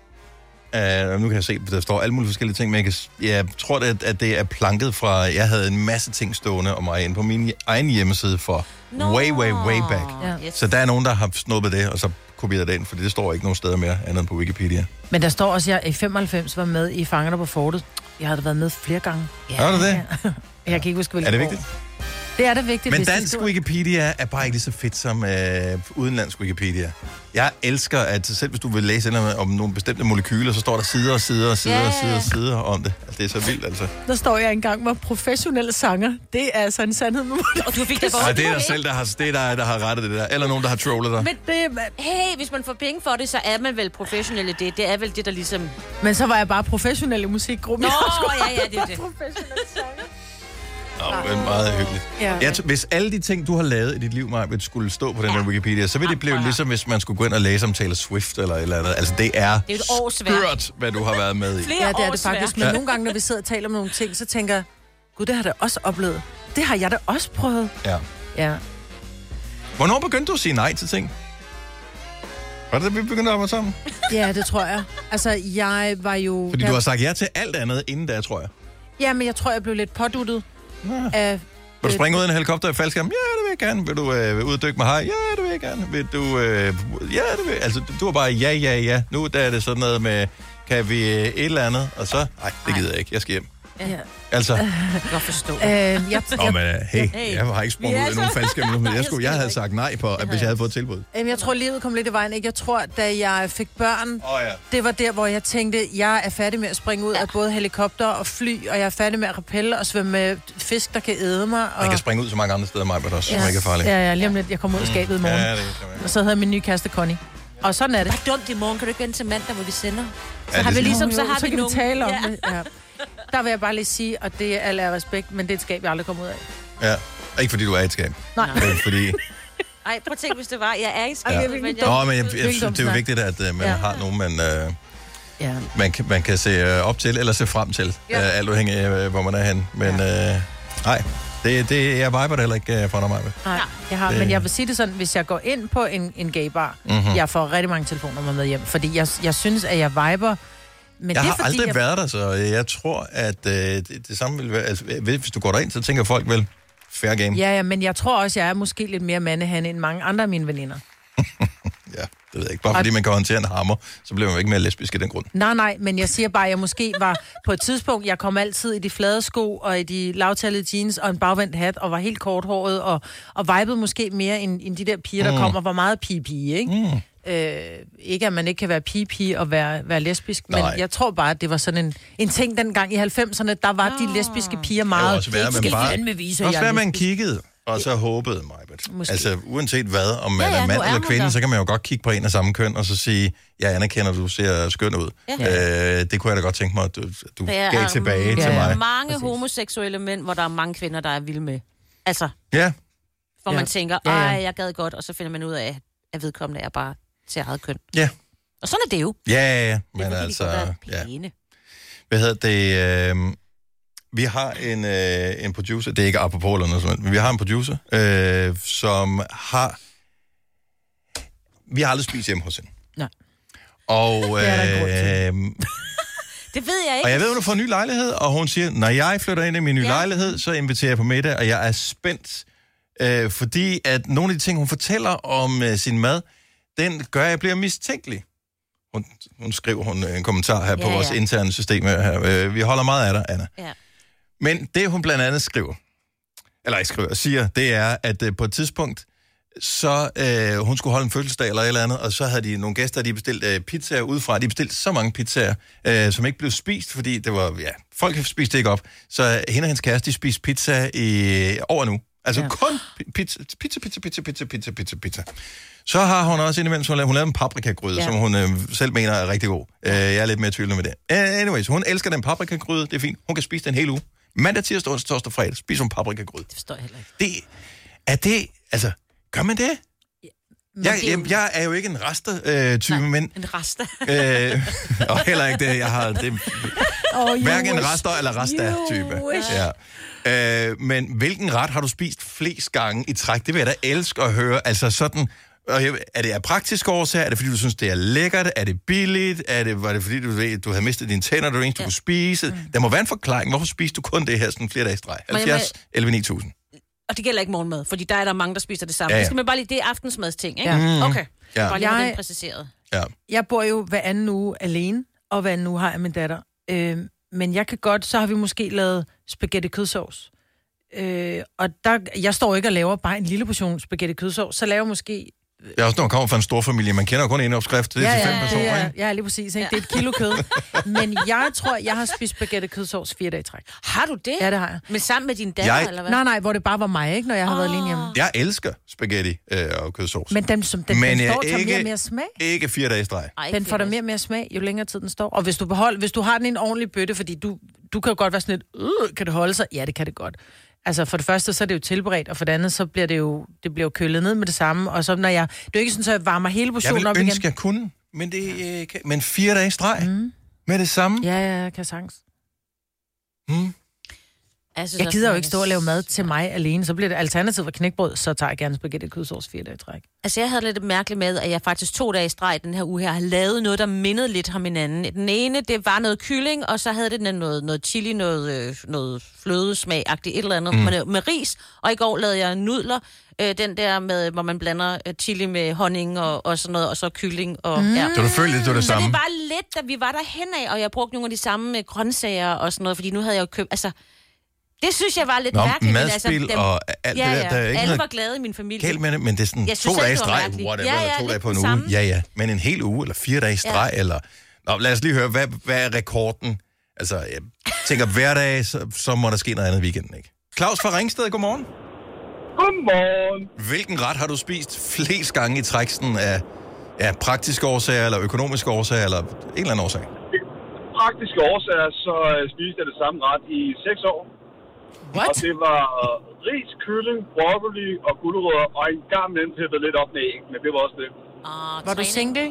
Uh, nu kan jeg se, der står alle mulige forskellige ting, men jeg, kan, jeg tror, at, at det er planket fra... Jeg havde en masse ting stående om mig inde på min egen hjemmeside for no. way, way, way back. Ja. Yes. Så der er nogen, der har snuppet det, og så kopieret det ind, for det står ikke nogen steder mere, andet end på Wikipedia. Men der står også, at jeg i femoghalvfems var med i Fangerne på Fortet. Jeg havde været med flere gange. Ja. Er det det? Jeg kan ikke huske, hvilken Er det vigtigt? år. Det er det vigtigt. Men dansk Wikipedia er bare ikke lige så fedt som øh, udenlandsk Wikipedia. Jeg elsker, at selv hvis du vil læse om nogle bestemte molekyler, så står der sider og sider og sider yeah. og sider og sider om det. Altså, det er så vildt, altså. Der står jeg engang var professionelle sanger. Det er altså en sandhed med og du fik det Nej, det er der selv, der har, det er der, der har rettet det der. Eller nogen, der har trollet dig. Men det, man... hey, hvis man får penge for det, så er man vel professionel i det. Det er vel det, der ligesom... Men så var jeg bare professionel i musikgruppen. Nå, ja, ja, det er det. Professionel sanger. Nå, det er meget hyggeligt. Ja. Jeg t- hvis alle de ting, du har lavet i dit liv, Maja, skulle stå på den her Wikipedia, så vil det blive ligesom, hvis man skulle gå ind og læse om Taylor Swift eller et eller andet. Altså, det er, det er skørt, hvad du har været med i. Flere ja, det er det faktisk. Men ja. nogle gange, når vi sidder og taler om nogle ting, så tænker jeg, gud, det har jeg da også oplevet. Det har jeg da også prøvet. Ja. Ja. Hvornår begyndte du at sige nej til ting? Var det, vi begyndte at arbejde sammen? Ja, det tror jeg. Altså, jeg var jo... Fordi der... du har sagt ja til alt andet inden da, tror jeg. Ja, men jeg tror, jeg blev lidt påduttet. Ja. Af, vil du springe ud af en helikopter i faldskærm? Ja, det vil jeg gerne. Vil du øh, uddykke med haj? Ja, det vil jeg gerne. Vil du... Øh, ja, det vil jeg. Altså, du var bare ja, ja, ja. Nu der er det sådan noget med, kan vi øh, et eller andet? Og så, nej, det gider jeg ikke. Jeg skal hjem. Ja. Altså. Jeg kan godt forstå. Øh, jeg, jeg, oh, men, hey, hey, jeg har ikke sprunget ud af nogen faldskærm nu, men jeg, skulle, jeg havde sagt nej på, at hvis jeg havde fået tilbud. Øh, jeg tror, livet kom lidt i vejen. Ikke? Jeg tror, da jeg fik børn, oh, ja. det var der, hvor jeg tænkte, jeg er færdig med at springe ud ja. af både helikopter og fly, og jeg er færdig med at rappelle og svømme med fisk, der kan æde mig. Og... Man kan springe ud så mange andre steder, mig, men også, ja. som ikke er farligt. Ja, ja, lige om lidt. Jeg kommer ud af skabet i morgen. Ja, det og så havde jeg min nye kæreste, Connie. Og sådan er det. Hvad dumt i morgen? Kan du ikke vente til mandag, hvor vi sender? Så ja, har vi ligesom, så har så vi kan nogen... vi tale om ja. det. Ja. Der vil jeg bare lige sige, og det er al af respekt, men det er et skab, jeg aldrig kommer ud af. Ja, ikke fordi du er et skab. Nej. Men fordi... Ej, prøv at tænke, hvis det var. Jeg er i skab. Ja. Men jeg... Nå, men jeg, jeg, jeg, det er jo vigtigt, at uh, man ja. har nogen, man, uh, ja. man, kan, man kan se uh, op til, eller se frem til. Ja. Uh, alt afhængig af, uh, hvor man er hen. Men ja. uh, nej, det, det, jeg viber det heller ikke uh, fra mig. Nej, jeg har, det... men jeg vil sige det sådan, hvis jeg går ind på en, en gaybar, mm-hmm. jeg får rigtig mange telefoner med hjem, fordi jeg, jeg synes, at jeg viber. Men jeg det er, har fordi, aldrig jeg... været der, så jeg tror, at øh, det, det samme vil være... Altså, hvis du går derind, så tænker folk vel, fair game. Ja, ja, men jeg tror også, jeg er måske lidt mere mandehane end mange andre af mine veninder. Ja, det ved jeg ikke. Bare fordi man kan håndtere en hammer, så bliver man jo ikke mere lesbisk i den grund. Nej, nej, men jeg siger bare, at jeg måske var på et tidspunkt, jeg kom altid i de flade sko, og i de lavtallede jeans, og en bagvendt hat, og var helt korthåret, og, og vibede måske mere end, end de der piger, der mm. kommer, var meget pige-pige, ikke? Mm. Øh, ikke at man ikke kan være pige-pige og være, være lesbisk, men Nej. jeg tror bare, at det var sådan en, en ting dengang i halvfemserne, der var oh. de lesbiske piger meget... Det også være, man bare... Vise, også være, man kiggede, og så håbede mig. Altså, uanset hvad, om man ja, ja, er mand eller kvinde, så kan man jo godt kigge på en af samme køn, og så sige, jeg anerkender, at du ser skøn ud. Ja. Øh, det kunne jeg da godt tænke mig, at du, du gav tilbage ja. til mig. Der er mange Præcis. homoseksuelle mænd, hvor der er mange kvinder, der er vilde med. Altså, ja. hvor ja. man tænker, ej, jeg gad godt, og så finder man ud af, at vedkommende er bare til eget køn. Ja. Og sådan er det jo. Ja, ja, ja. Men det er, altså... Ja. Hvad hedder det... Øh, vi har en, øh, en producer, det er ikke apropos eller noget sådan, men vi har en producer, øh, som har... Vi har aldrig spist hjemme hos hende. Nej. Og... Øh, det ved jeg ikke. Og jeg ved, hun får en ny lejlighed, og hun siger, når jeg flytter ind i min nye ja. lejlighed, så inviterer jeg på middag, og jeg er spændt, øh, fordi at nogle af de ting, hun fortæller om øh, sin mad, den gør, at jeg bliver mistænkelig. Hun, hun skriver hun en kommentar her på ja, vores ja. interne system her. Vi holder meget af dig, Anna. Ja. Men det, hun blandt andet skriver, eller ikke skriver, siger, det er, at uh, på et tidspunkt, så uh, hun skulle holde en fødselsdag eller et eller andet, og så havde de nogle gæster, de bestilte uh, pizzaer udefra. De bestilte så mange pizzaer, uh, som ikke blev spist, fordi det var, ja, folk spiste ikke op. Så hende og hendes kæreste, de spiste pizza i over nu. Altså ja. kun pizza, pizza, pizza, pizza, pizza, pizza, pizza, pizza. Så har hun også indimellem, hun lavede en paprikagryde, ja. som hun øh, selv mener er rigtig god. Uh, jeg er lidt mere tvivlende med det. Uh, anyways, hun elsker den paprikagryde, det er fint. Hun kan spise den hele uge. Mandag, tirsdag, onsdag, torsdag, fredag, spiser hun paprikagryde. Det forstår jeg heller ikke. Det, er det, altså, gør man det? Jeg, jeg, jeg er jo ikke en raster-type, øh, men... en raster. øh, og heller ikke det, jeg har... Det, oh, hverken en raster- eller rasta-type. Ja. Øh, men hvilken ret har du spist flest gange i træk? Det vil jeg da elske at høre. Altså sådan... Er det af praktiske årsager? Er det fordi, du synes, det er lækkert? Er det billigt? Er det, var det fordi, du, ved, du havde mistet dine tænder, du eneste, ja. du kunne spise? Mm. Der må være en forklaring. Hvorfor spiste du kun det her sådan flere dage i streg? halvfjerds elleve ni tusind. Og det gælder ikke morgenmad, fordi der er der mange, der spiser det samme. Ja, ja. Det skal man bare lige, det er aftensmadsting, ikke? Ja. Mm. Okay, ja. bare lige have jeg, den præciseret. Ja. Jeg bor jo hver anden uge alene, og hver anden uge har jeg min datter. Øh, men jeg kan godt, så har vi måske lavet spaghetti kødsovs. Øh, og der, jeg står ikke og laver bare en lille portion spaghetti kødsovs, så laver jeg måske... Det er også, når man kommer fra en stor familie. Man kender jo kun en opskrift. Det er ja, til fem ja, personer, ja, ikke? ja, lige præcis. Ikke? Ja. Det er et kilo kød. Men jeg tror, jeg har spist spaghetti kødsovs fire dage i træk. Har du det? Ja, det har jeg. Men sammen med din datter, jeg... eller hvad? Nej, nej, hvor det bare var mig, ikke, når jeg har oh. været alene hjemme. Jeg elsker spaghetti øh, og kødsovs. Men den, som, den, Men den står, ikke, tager mere og mere smag. Ikke fire dage i streg. Ej, den får der mere og mere smag, jo længere tid den står. Og hvis du, behold, hvis du har den i en ordentlig bøtte, fordi du, du kan jo godt være sådan lidt, øh, kan det holde sig? Ja, det kan det godt. Altså for det første, så er det jo tilberedt, og for det andet, så bliver det jo, det bliver jo kølet ned med det samme. Og så når jeg, det er jo ikke sådan, så jeg varmer hele portionen op igen. Jeg vil ønske, jeg kunne, men, det, øh, kan, men fire dage i streg mm. med det samme. Ja, ja, jeg kan sagtens. Mm. Jeg, jeg gider jo ikke stå og lave mad til mig alene, så bliver det alternativ for knækbrød, så tager jeg gerne spaghetti kødsovs fire dage i træk. Altså jeg havde lidt mærkeligt med, at jeg faktisk to dage i streg den her uge her har lavet noget, der mindede lidt om hinanden. Den ene, det var noget kylling, og så havde det noget, noget chili, noget, øh, noget flødesmag-agtigt, et eller andet, mm. med, med ris. Og i går lavede jeg nudler, øh, den der med, hvor man blander øh, chili med honning og, og sådan noget, og så kylling. Og, mm. ja. Så du følte lidt, det var det så samme? Så det var lidt, da vi var derhen af, og jeg brugte nogle af de samme øh, grøntsager og sådan noget, fordi nu havde jeg jo købt, altså... Det synes jeg var lidt Nå, mærkeligt. madspil men altså, dem, og alt ja, det der, der er ikke alle noget var glade i min familie. Galt med det, men det er sådan jeg to synes, dage i det var streg, mærkeligt. whatever, Ja, ja, eller to lidt dage på en det uge. samme. Ja, ja, men en hel uge, eller fire dage i streg, ja. eller... Nå, lad os lige høre, hvad, hvad er rekorden? Altså, jeg tænker, hver dag, så, så må der ske noget andet i weekenden, ikke? Claus fra Ringsted, godmorgen. Godmorgen. Hvilken ret har du spist flest gange i træksten af ja, praktiske årsager, eller økonomiske årsager, eller en eller anden årsag? Praktiske årsager, så spiste jeg det samme ret i seks år. What? Og det var ris, kylling, broccoli og gulerødder, og en gang imellem hæppede lidt op med æg, men det var også det. Uh, var du single?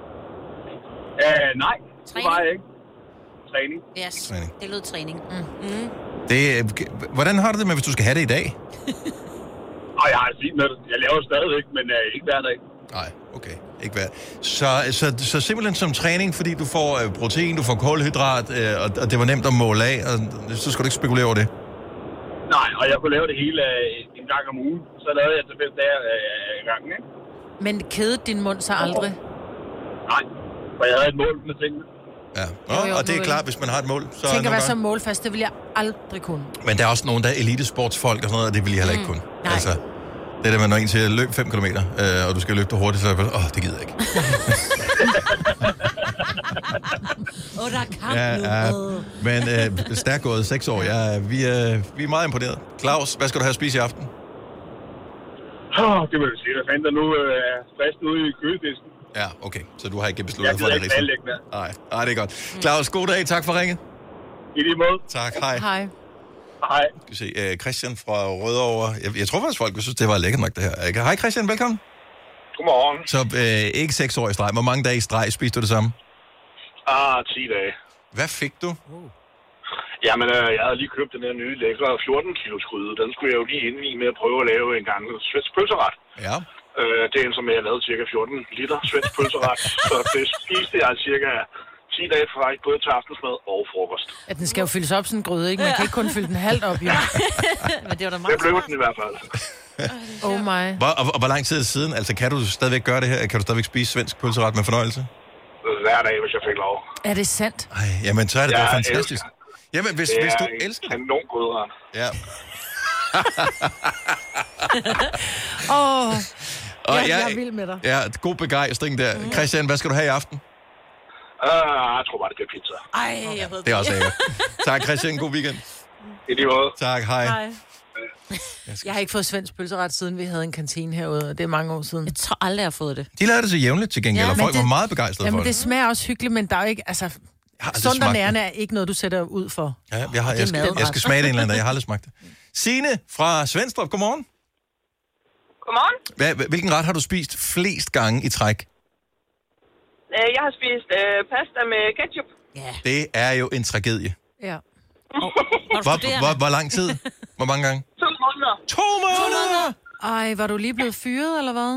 Uh, nej, træning? Det var jeg ikke. Træning. Yes, træning. Det lød træning. Mm. Mm. Det, hvordan har du det med, hvis du skal have det i dag? Og jeg har det fint med det. Jeg laver det stadigvæk, men uh, ikke hver dag. Nej, okay. Ikke værd. Så, så, så simpelthen som træning, fordi du får øh, protein, du får kulhydrat, øh, og, og det var nemt at måle af, og så skal du ikke spekulere over det? Nej, og jeg kunne lave det hele øh, en gang om ugen. Så lavede jeg det fem dage øh, gangen, ikke? Men kædede din mund så aldrig? Nej, for jeg havde et mål med tingene. Ja, Nå, jo, jo, og det er klart, hvis man har et mål, så... Tænk at være så målfast, det vil jeg aldrig kunne. Men der er også nogen, der er elitesportsfolk og sådan noget, og det vil jeg heller ikke kunne. Mm, nej. Altså, det der med, når en til at løbe fem kilometer, øh, og du skal løbe det hurtigt, så er det åh, det gider jeg ikke. Åh, oh, der er kamp ja, nu. Ja, men øh, stærkt gået, seks år. Ja, vi, øh, vi er meget imponeret. Claus, hvad skal du have at spise i aften? Oh, det vil jeg sige. Hvad fanden der nu er øh, fristen ude i køledisken? Ja, okay. Så du har ikke besluttet jeg for det rigtigt? Jeg gider ikke Nej, nej, det er godt. Claus, god dag. Tak for ringet. I lige måde. Tak, hej. Hej. Hej. Skal vi se, uh, Christian fra Rødovre. Jeg, jeg tror faktisk, folk vil synes, det var lækkert nok, det her. Hej Christian, velkommen. Godmorgen. Så uh, ikke seks år i streg. Hvor mange dage i streg spiste du det samme? Ah, ti dage. Hvad fik du? Uh. Jamen, øh, jeg havde lige købt den her nye lækre fjorten kilos gryde. Den skulle jeg jo lige indvige med at prøve at lave en gang svensk pølseret. Ja. Øh, det er en, som jeg lavede cirka fjorten liter svensk pølseret. Så det spiste jeg cirka ti dage for både til aftensmad og frokost. Ja, den skal jo fyldes op sådan en gryde, ikke? Man kan ikke kun fylde den halvt op, jo. Men det var da meget det blev den i hvert fald. Oh my. Hvor, og, og hvor lang tid siden? Altså, kan du stadigvæk gøre det her? Kan du stadigvæk spise svensk pølseret med fornøjelse? Hver dag, hvis jeg fik lov. Er det sandt? Ej, jamen, så er det jeg da fantastisk. Elsker. Jamen, hvis, det hvis du en elsker det. kanon gryderet. Ja. Åh, oh, og jeg, jeg, jeg er vild med dig. Ja, god begejstring der. Mm. Christian, hvad skal du have i aften? Uh, jeg tror bare, det bliver pizza. Ej, jeg ved det. Det er også ærgerligt. Tak, Christian. God weekend. I lige måde. Tak, hej. hej. Jeg har ikke fået svensk pølseret, siden vi havde en kantine herude, og det er mange år siden. Jeg tror aldrig, jeg har fået det. De lavede det så jævnligt til gengæld, ja, og folk det, var meget begejstrede jamen, for det. det smager også hyggeligt, men der er jo ikke, altså... Sundt og nærende er ikke noget, du sætter ud for. Ja, jeg, har, jeg, skal, jeg skal smage det en eller anden dag. Jeg har aldrig smagt det. Signe fra Svendstrup, godmorgen. Godmorgen. Hvad, hvilken ret har du spist flest gange i træk? Jeg har spist øh, pasta med ketchup. Ja. Det er jo en tragedie. Ja. Oh, hvor, hvor, hvor lang tid? Hvor mange gange? To måneder. To måneder? Ej, var du lige blevet fyret, eller hvad?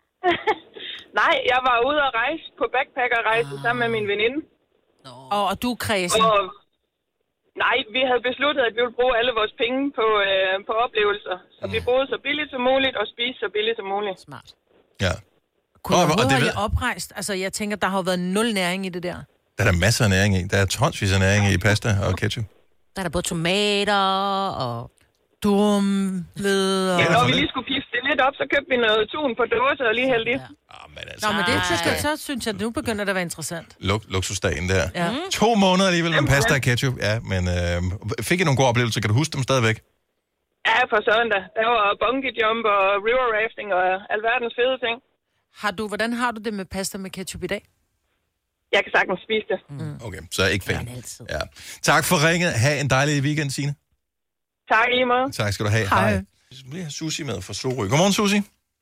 Nej, jeg var ude at rejse på backpackerrejse ah. sammen med min veninde. Og, og du er kredsen? Og, nej, vi havde besluttet, at vi ville bruge alle vores penge på, øh, på oplevelser. Så vi boede så billigt som muligt og spiste så billigt som muligt. Smart. Ja. Kunne du have ved... oprejst? Altså, jeg tænker, der har jo været nul næring i det der. Der er der masser af næring i. Der er tonsvis af næring i pasta og ketchup. Der er der både tomater og... Dum, ved og... Ja, når vi lige skulle pifte det lidt op, så købte vi noget tun på dåse og lige hældte i. Ja. Oh, men altså, Nå, men det er så, så synes jeg, at nu begynder det at være interessant. Luk, luksusdagen der. Ja. Mm. To måneder alligevel med pasta og ketchup. Ja, men øh, fik I nogle gode oplevelser? Kan du huske dem stadigvæk? Ja, for søndag. Der var bungee jump og river rafting og alverdens fede ting. Har du, hvordan har du det med pasta med ketchup i dag? Jeg kan sagtens spise det. Mm. Okay, så er ikke fan. Ja. Tak for ringet. Ha' en dejlig weekend, Signe. Tak lige meget. Tak skal du have. Hej. Hej. Vi har Susie med fra Sorø. Godmorgen, Susie.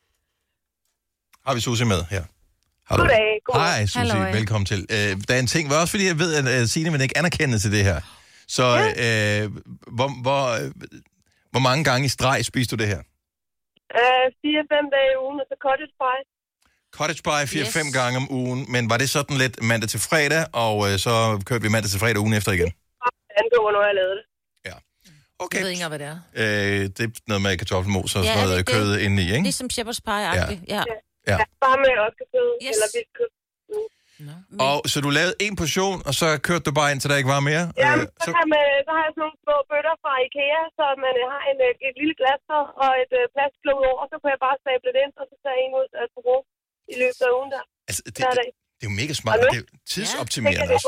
Har vi Susie med her? Har du? Goddag. God. Hej, Susie. Halløj. Velkommen til. Uh, der er en ting, også fordi jeg ved, at uh, Signe vil ikke anerkende til det her. Så uh, hvor, hvor, uh, hvor mange gange i streg spiser du det her? Uh, fire fem dage i ugen, og så cottage pie. Cottage pie fire fem yes. gange om ugen, men var det sådan lidt mandag til fredag, og uh, så kørte vi mandag til fredag ugen efter igen? Angående, når jeg lavede det. Okay. Jeg ved ikke, hvad det er. Øh, det er noget med kartoffelmos og ja, sådan noget kød indeni, ikke? Det er som shepherd's pie-agtigt, ja. ja. ja. ja. Bare med oskekød yes. eller vildt kød. No. Og så du lavede en portion, og så kørte du bare ind, til der ikke var mere? Ja, øh, så, så... Har med, så har jeg sådan nogle små bøtter fra IKEA, så man har en, et lille glas og et uh, plastikklod over, og så kan jeg bare stable det ind, og så tager jeg en ud af et rum i løbet af ugen der. Altså, det, det, det er jo mega smart, og det er tidsoptimerende ja. også.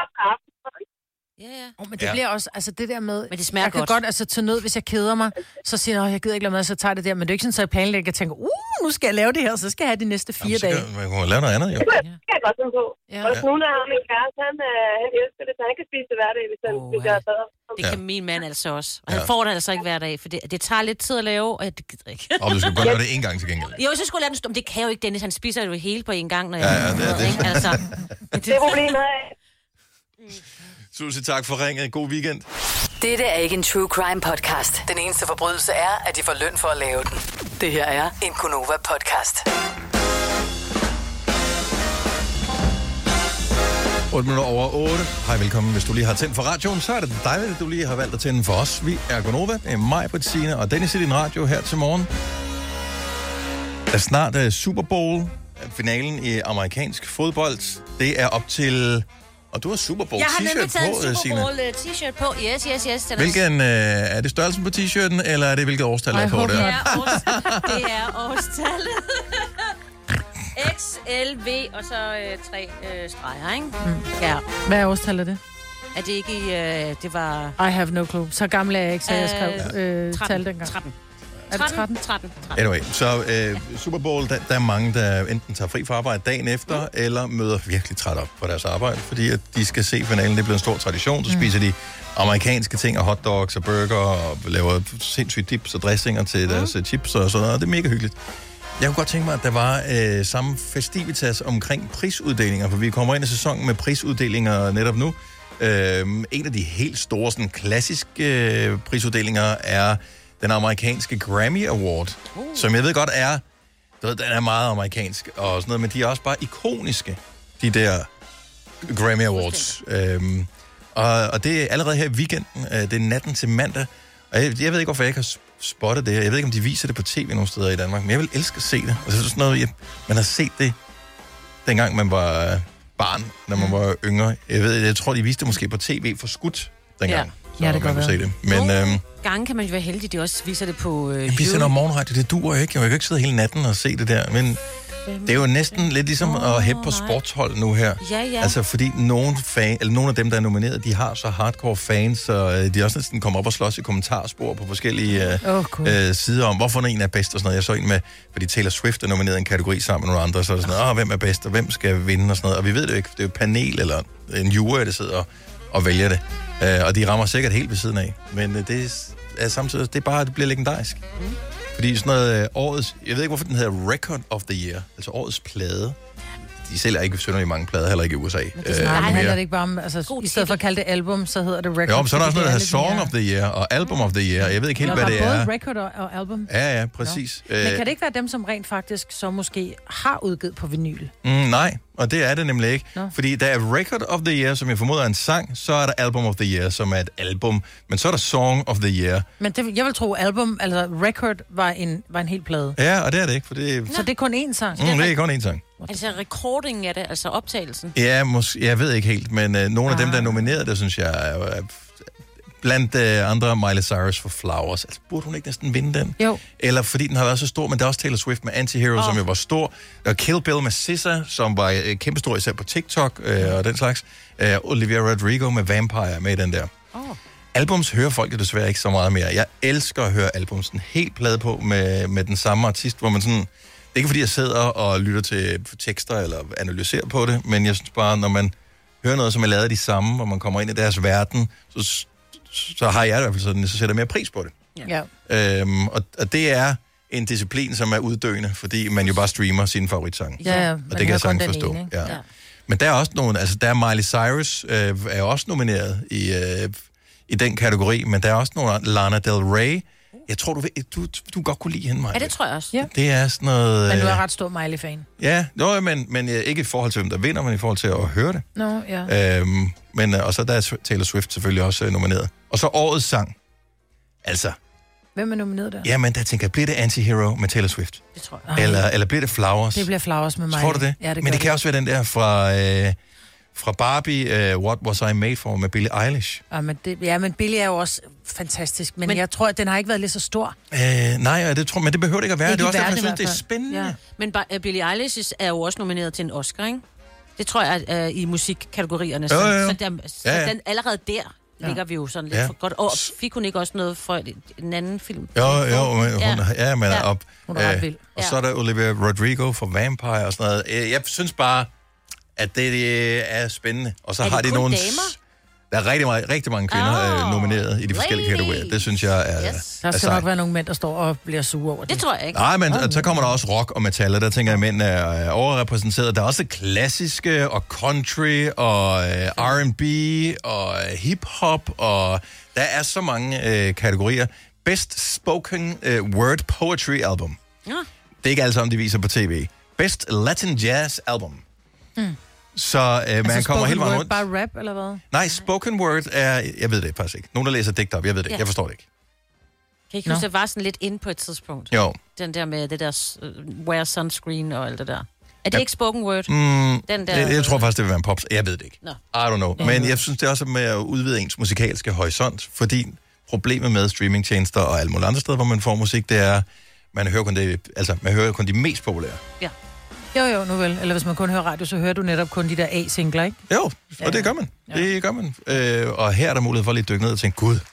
Ja, ja. Oh, men det ja. bliver også, altså det der med... Men det smager jeg godt. Jeg kan godt, altså til nød, hvis jeg keder mig, så siger jeg, jeg gider ikke lade mad, så tager det der. Men det er ikke sådan, så jeg planlægger og tænker, uh, nu skal jeg lave det her, så skal jeg have de næste fire Jamen, dage. Man kunne lave noget andet, jo. Det kan jeg godt sådan på. Ja. Og nu når han er kæreste, han, han elsker det, så han kan spise det hver dag, hvis han oh, ja. bedre. Det kan ja. min mand altså også. Og han ja. får det altså ikke hver dag, for det, det tager lidt tid at lave, og det gider ikke. Og du skal godt lave det en gang til gengæld. Jo, så skulle jeg lade den stå. Det kan jo ikke, Dennis. Han spiser jo hele på en gang, når ja, jeg... Ja, det er det. Ikke? Altså, det er problemet af. Susie, tak for ringet. God weekend. Dette er ikke en true crime podcast. Den eneste forbrydelse er, at de får løn for at lave den. Det her er en Gonova podcast. otte minutter over otte. Hej, velkommen. Hvis du lige har tændt for radioen, så er det dejligt, at du lige har valgt at tænde for os. Vi er Gonova. Det er mig, Britt, Signe og Dennis i din radio her til morgen. Der er snart uh, Super Bowl, finalen i amerikansk fodbold. Det er op til... Og du har Super Bowl t-shirt på, Signe. Jeg har nemlig taget en Super Bowl t-shirt på. Yes, yes, yes. Den hvilken, øh, er det størrelsen på t-shirten, eller er det hvilket årstal, der er på der? Det er, års, det er årstallet. X, L, V og så øh, tre øh, streger, ikke? Mm. Ja. Hvad er årstallet det? Er det ikke i... Øh, det var... I have no clue. Så gammel er jeg ikke, så jeg skrev øh, tal dengang. tretten. Er det tretten? tretten. Anyway, så øh, Super Bowl, der, der er mange, der enten tager fri fra arbejde dagen efter, mm. eller møder virkelig træt op på deres arbejde, fordi at de skal se finalen. Det er blevet en stor tradition. Så mm. spiser de amerikanske ting, og hotdogs og burger, og laver sindssygt dips og dressinger til mm. deres chips og sådan noget. Det er mega hyggeligt. Jeg kunne godt tænke mig, at der var øh, samme festivitas omkring prisuddelinger, for vi kommer ind i sæsonen med prisuddelinger netop nu. Øh, en af de helt store, sådan klassiske øh, prisuddelinger er den amerikanske Grammy Award, uh. som jeg ved godt er, du ved, den er meget amerikansk og sådan noget, men de er også bare ikoniske, de der Grammy Awards. Øhm, og, og det er allerede her i weekenden, øh, det er natten til mandag, og jeg, jeg ved ikke, hvorfor jeg ikke har spottet det her. Jeg ved ikke, om de viser det på tv nogle steder i Danmark, men jeg vil elske at se det. Og så er det sådan noget, jeg, man har set det, dengang man var barn, når man var yngre. Jeg ved, jeg tror, de viste det måske på tv for skudt dengang. Ja. Så ja, det man kan se det. Men øhm, gange kan man jo være heldig, de også viser det på øh, vi sender morgenradio, det duer ikke. Jeg kan ikke sidde hele natten og se det der, men Det er jo næsten lidt ligesom oh, at hæppe på sportshold nu her. Ja, ja. Altså, fordi nogle, fan, eller nogle af dem, der er nomineret, de har så hardcore fans, så de også næsten kommer op og slås i kommentarspor på forskellige oh, cool. øh, sider om, hvorfor en er bedst og sådan noget. Jeg så en med, fordi Taylor Swift er nomineret i en kategori sammen med nogle andre, så er det sådan noget, åh, hvem er bedst, og hvem skal vinde og sådan noget. Og vi ved det jo ikke, det er jo et panel eller en jury, der sidder og, og vælger det. Øh, og de rammer sikkert helt ved siden af. Men øh, det er samtidig, det er bare, det bliver legendarisk. Mm. Fordi sådan noget øh, årets, jeg ved ikke, hvorfor den hedder Record of the Year, altså årets plade. De sælger ikke synderligt mange plader, heller ikke i U S A. Men det, øh, nej, det handler det ikke bare om, altså i stedet for at kalde det album, så hedder det Record. Jo, men så er der også noget, der hedder Song of the Year og Album of the Year. Jeg ved ikke helt, Nå, hvad det er. Der er både Record og, og Album. Ja, ja, præcis. Nå. Men kan det ikke være dem, som rent faktisk så måske har udgivet på vinyl? Mm, nej, og det er det nemlig ikke. Nå. Fordi der er Record of the Year, som jeg formoder er en sang, så er der Album of the Year, som er et album, men så er der Song of the Year. Men det, jeg vil tro, album, altså Record, var en, var en hel plade. Ja, og det er det ikke, for det... Så det er kun én sang? Mm, det er kun én sang. Altså recordingen af det, altså optagelsen? Ja, måske, jeg ved ikke helt, men øh, nogle af dem, der er nomineret, det synes jeg er... er blandt øh, andre Miley Cyrus for Flowers. Altså, burde hun ikke næsten vinde den? Jo. Eller fordi den har været så stor, men der er også Taylor Swift med Anti-Hero, oh. som jo var stor. Der er Kill Bill med S Z A, som var øh, kæmpestor især på TikTok øh, og den slags. Øh, Olivia Rodrigo med Vampire med den der. Oh. Albums hører folk jo desværre ikke så meget mere. Jeg elsker at høre albums en helt plade på med, med den samme artist, hvor man sådan... Det er ikke fordi, jeg sidder og lytter til tekster eller analyserer på det, men jeg synes bare, når man hører noget, som er lavet af de samme, hvor man kommer ind i deres verden, så så har jeg i hvert fald sådan, så sætter mere pris på det. Ja. Øhm, og, og det er en disciplin, som er uddøende, fordi man jo bare streamer sine favoritsange. Ja, ja. Og det kan jeg sagtens forstå. Ene, ja. Ja. Men der er også nogle, altså der er Miley Cyrus, øh, er også nomineret i, øh, i den kategori, men der er også nogle, Lana Del Rey. Jeg tror, du, du, du godt kunne lide hende, Maja. Ja, det tror jeg også. Ja. Det er sådan noget... Men du er ret stor Miley-fan. Ja, jo, men, men ikke i forhold til, hvem der vinder, men i forhold til at høre det. Nå, ja. Øhm, men og så der er Taylor Swift selvfølgelig også øh, nomineret. Og så årets sang. Altså... Hvem er nomineret der? Jamen, der tænker jeg, bliver det Anti-Hero med Taylor Swift? Det tror jeg. Eller, eller bliver det Flowers? Det bliver Flowers med mig. Tror du det? Ja, det men det kan det. også være den der fra... Øh, fra Barbie, uh, What Was I Made For, med Billie Eilish. Ja, men, det, ja, men Billie er jo også fantastisk, men, men jeg tror, at den har ikke været lige så stor. Uh, nej, det tror, men det behøver det ikke at være. Ikke det er også derfor, jeg verden, synes, det er spændende. Ja. Men uh, Billie Eilish er jo også nomineret til en Oscar, ikke? Det tror jeg uh, i musikkategorierne. Jo, jo, jo. Så, der, så ja, ja. Den, allerede der ja. ligger vi jo sådan lidt ja. for godt. Og fik hun ikke også noget for en anden film? Jo, jo, men hun, ja. Ja, men ja. op. Hun er ret vild. Og så er der Olivia Rodrigo for Vampire og sådan noget. Jeg synes bare... at det, det er spændende. Og så er har de nogle... damer? Der er rigtig, meget, rigtig mange kvinder oh, øh, nomineret i de forskellige ladies. kategorier. Det synes jeg er... Yes. Der skal er nok være nogle mænd, der står og bliver sure over det. Det tror jeg ikke. Nej, men oh, så kommer der også rock og metal, og der tænker jeg, at mænd er overrepræsenteret. Der er også klassiske og country og øh, R and B og hip-hop, og der er så mange øh, kategorier. Best Spoken øh, Word Poetry Album. Ja. Det er ikke alle sammen, de viser på tv. Best Latin Jazz Album. Mm. Så øh, man altså kommer helt vejen rundt. Bare rap, eller hvad? Nej, spoken word er... Jeg ved det faktisk ikke. Nogen, der læser digter op. Jeg ved det ikke. Ja. Jeg forstår det ikke. Kan I ikke huske, det var sådan lidt inde på et tidspunkt? Jo. Den der med det der uh, wear sunscreen og alt det der. Er det ja. ikke spoken word? Mm, Den der, jeg, jeg tror faktisk, det vil være en pop. Jeg ved det ikke. No. I don't know. Ja, Men jeg synes, det er også med at udvide ens musikalske horisont, fordi problemet med streamingtjenester og alle mulige andre steder, hvor man får musik, det er, man hører kun, det, altså, man hører kun de mest populære. Ja. Jo, jo, nu vel. Eller hvis man kun hører radio, så hører du netop kun de der A-singler, ikke? Jo, og ja. det gør man. Ja. Det gør man. Øh, og her er der mulighed for at lige dykke ned og tænke, gud,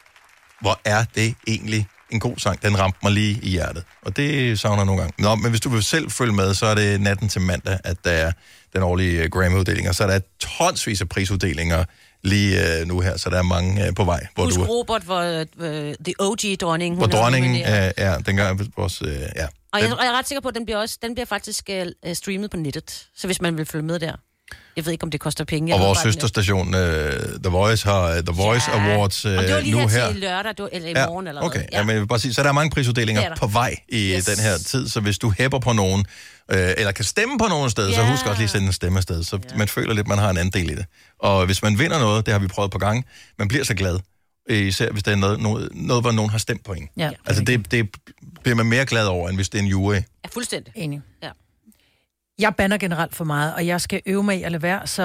hvor er det egentlig en god sang? Den ramte mig lige i hjertet. Og det savner jeg nogle gange. Nå, men hvis du vil selv følge med, så er det natten til mandag, at der er den årlige Grammy-uddeling. Og så er der tonsvis af prisuddelinger lige øh, nu her, så der er mange øh, på vej. Hvor Husk du, Robert, hvor øh, the O G-dronning, hvor dronningen er, er dengang vores... Øh, ja. Og jeg, og jeg er ret sikker på, at den bliver, også, den bliver faktisk uh, streamet på nettet. Så hvis man vil følge med der. Jeg ved ikke, om det koster penge. Og vores søsterstation, uh, The Voice, har uh, The Voice ja. Awards uh, nu her. Og det var lige her til lørdag, du, eller i ja. morgen. Eller okay, noget. ja. Ja, men jeg vil bare sige, så er der mange prisuddelinger der. på vej i yes. den her tid. Så hvis du hæpper på nogen, uh, eller kan stemme på nogen sted, yeah. så husk også lige at sende en stemme afsted. Så yeah. man føler lidt, man har en andel i det. Og hvis man vinder noget, det har vi prøvet på gang, man bliver så glad. Især hvis det er noget, noget, noget hvor nogen har stemt på en. Ja, altså det, det bliver man mere glad over, end hvis det er en jury. Ja, fuldstændig. Enig. Ja. Jeg banner generelt for meget, og jeg skal øve mig i at lade være, så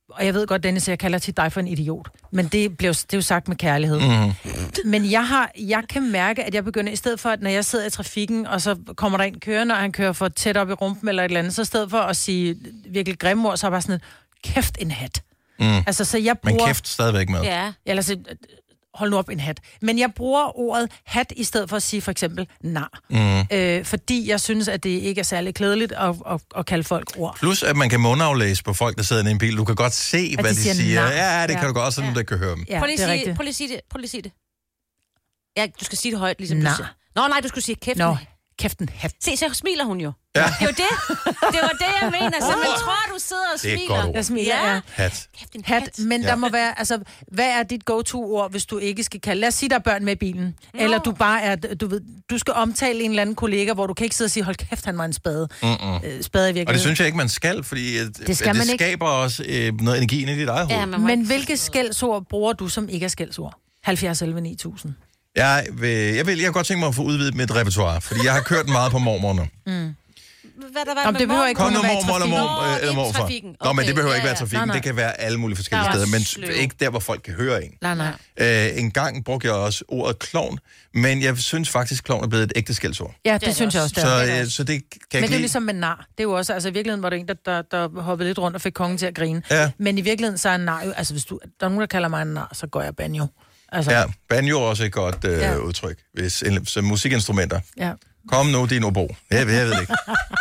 og jeg ved godt, Dennis, jeg kalder til dig for en idiot, men det, blev, det er jo sagt med kærlighed. Mm. Men jeg, har, jeg kan mærke, at jeg begynder, i stedet for, at når jeg sidder i trafikken, og så kommer der en kørende, og han kører for tæt op i rumpen eller et eller andet, så i stedet for at sige virkelig grimme ord, så er bare sådan et, kæft en hat. Mm. Altså, så jeg bruger... Men kæft stadigvæk med. Ja. Eller så, hold nu op en hat. Men jeg bruger ordet hat, i stedet for at sige for eksempel nar. Mm. Øh, fordi jeg synes, at det ikke er særlig klædeligt at, at, at kalde folk ord. Plus, at man kan mundaflæse på folk, der sidder i en bil. Du kan godt se, at hvad de, de siger. siger. Nar. Ja, det ja. kan du godt, sådan ja. Du kan høre dem. Ja, prøv lige at sige, prøv sige det. Prøv lige at sige det. Ja, du skal sige det højt, ligesom nar. du siger. Nå, nej, du skulle sige kæft. Nå, kæften hat. Se, så smiler hun jo. Ja. Det er jo det. Det var det, jeg mener. Så man tror, du sidder og smiler. Det er godt ord. Jeg smiler, ja. Hat. Hat. Men ja. Der må være, altså, hvad er dit go-to-ord, hvis du ikke skal kalde? Lad os sige, der er børn med i bilen. No. Eller du bare er, du ved, du skal omtale en eller anden kollega, hvor du kan ikke sidde og sige, hold kæft, han var en spade. Øh, spade i virkeligheden. Og det synes jeg ikke, man skal, fordi det, det, skal det man skaber ikke. Også øh, noget energi ind i dit eget hoved. Ja, men hvilke skældsord bruger du, som ikke er skældsord? halvfjerds elleve ni tusind. Jeg vil, jeg vil, jeg kan godt tænke mig at få udvidet mit repertoire, fordi jeg har kørt meget på mormor nu. Mm. Hvad der var Nå, med det behøver ikke kun at være mormor eller, mor, Nå, eller morfar. Okay, Nå, men det behøver ja, ikke være trafikken. Nej, nej. Det kan være alle mulige forskellige steder, men sløv. ikke der, hvor folk kan høre en. Nej, nej. Øh, en gang brugte jeg også ordet klovn, men jeg synes faktisk, klovn er blevet et ægte skældsord. Ja, det, det synes jeg også, det er. Så, øh, så det kan men jeg det er ligesom med nar. Det er jo også, altså i virkeligheden var det en, der, der, der hoppede lidt rundt og fik kongen til at grine. Ja. Men i virkeligheden så er en nar jo, altså hvis du, der er nogen, der kalder mig en nar, så går jeg banjo. Altså, ja, banjo er også et godt øh, ja. udtryk, hvis en, som musikinstrumenter. Ja. Kom nu, din obo. Jeg, jeg ved det ikke.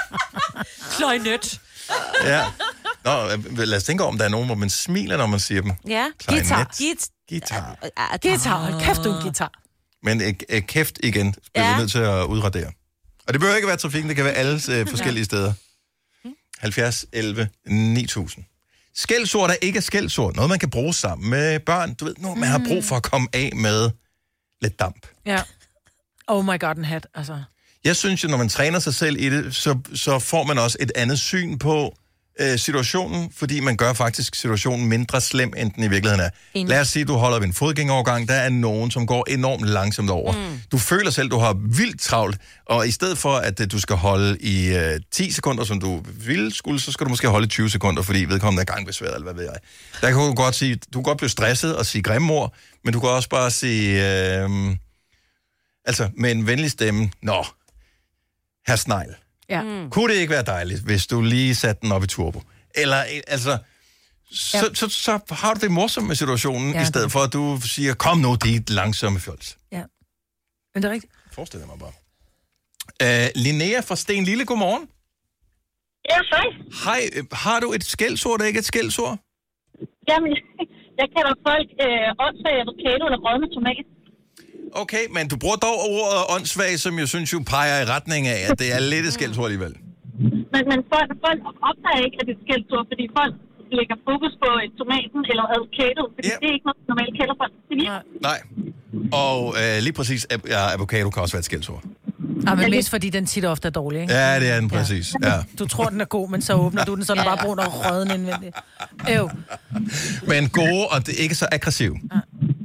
Kløjnet. Ja. Nå, lad os tænke om, der er nogen, hvor man smiler, når man siger dem. Ja. Klejnet. Guitar. Git- Guitar. Guitar. Hold kæft, du en guitar. Men øh, øh, kæft igen, bliver ja. vi nødt til at udradere. Og det behøver ikke være trafikken, det kan være alle øh, forskellige steder. halvfjerds elleve ni tusind. Skældsord, der ikke er skældsord. Noget, man kan bruge sammen med børn. Du ved, når man har brug for at komme af med lidt damp. Ja. Oh my god, en hat, altså. Jeg synes jo, når man træner sig selv i det, så, så får man også et andet syn på øh, situationen, fordi man gør faktisk situationen mindre slem, end den i virkeligheden er. Enig. Lad os sige, at du holder ved en fodgængerovergang, der er nogen, som går enormt langsomt over. Mm. Du føler selv, du har vildt travlt, og i stedet for, at øh, du skal holde i øh, ti sekunder, som du ville skulle, så skal du måske holde tyve sekunder, fordi vedkommende er gangbesværet, eller hvad ved jeg. Der kan du godt sige, du kan godt blive stresset og sige grimme ord, men du kan også bare sige, øh, altså med en venlig stemme, nå, herr Snegl. Ja. Mm. Kunne det ikke være dejligt, hvis du lige satte den op i turbo? Eller, altså, så, ja. så, så, så har du det morsomt med situationen, ja, i stedet for, at du siger, kom nu, det er et langsomme fjols. Ja. Men det er rigtigt. Forestil dig mig bare. Uh, Linnea fra Sten Lille, godmorgen. Ja, hej. Hej, har du et skældsord, der ikke er et skældsord? Jamen, jeg kalder folk øh, åndssvag avocado eller rådne tomat. Okay, men du bruger dog ordet åndssvag, som jeg synes jo peger i retning af, at det er lidt et skældsord alligevel. Men, men folk, folk opdager ikke, at det er et skældsord, fordi folk lægger fokus på tomaten eller avocado, fordi yeah. det er ikke noget, normalt kalder folk. Det er Nej, og øh, lige præcis, ja, avocado kan også være et skældsord. Ja, men mest fordi den tit ofte er dårlig, ikke? Ja, det er den præcis, ja. ja. Du tror, den er god, men så åbner du den, så er den bare brun og rødden indvendigt. Øv. Men gode, og det er ikke så aggressiv. Ja.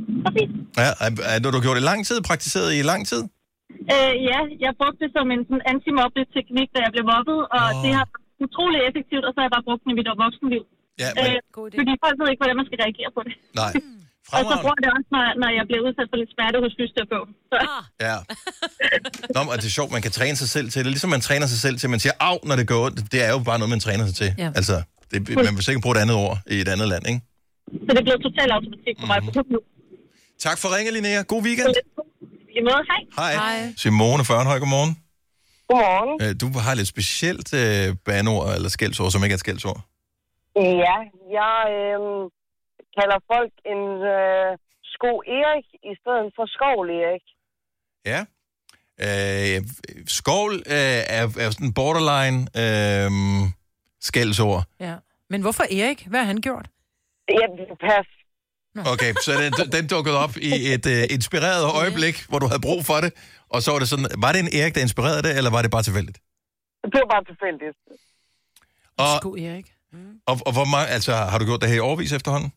Ja, er du, du gjort det i lang tid? Praktiseret i lang tid? Øh, ja, jeg brugte det som en sådan anti-mobbe-teknik, da jeg blev mobbet, og oh. det har været utrolig effektivt, og så har jeg bare brugt den i mit voksenliv. Ja, men... øh, fordi folk ved ikke, hvordan man skal reagere på det. Nej. Og så bruger jeg det også, når, når jeg bliver udsat for lidt smerte hos fysioterapeuten. Ah. Ja. Nå, og det er sjovt, man kan træne sig selv til det. Ligesom man træner sig selv til, man siger, au, når det går ondt. Det er jo bare noget, man træner sig til. Ja. Altså, det, man vil sikkert bruge et andet ord i et andet land, ikke? Så det bliver totalt automatik for mig. Mm-hmm. Tak for ringe, Linnea. God weekend. I måde, hej. Hej. Hej. Simone Førnhøj, godmorgen. Godmorgen. Du har lidt specielt øh, banord eller skældsord, som ikke er et skældsord. Ja, jeg øh, kalder folk en øh, sko Erik i stedet for skovl Erik. Ja. Øh, skovl øh, er, er sådan borderline øh, skældsord. Ja. Men hvorfor Erik? Hvad har han gjort? Ja, pas. Okay, så den, den dukkede op i et uh, inspireret øjeblik, hvor du havde brug for det, og så var det sådan, var det en Erik, der inspirerede det, eller var det bare tilfældigt? Det var bare tilfældigt. Og, Sko Erik. Mm. Og, og hvor meget, altså, har du gjort det her i årevis efterhånden?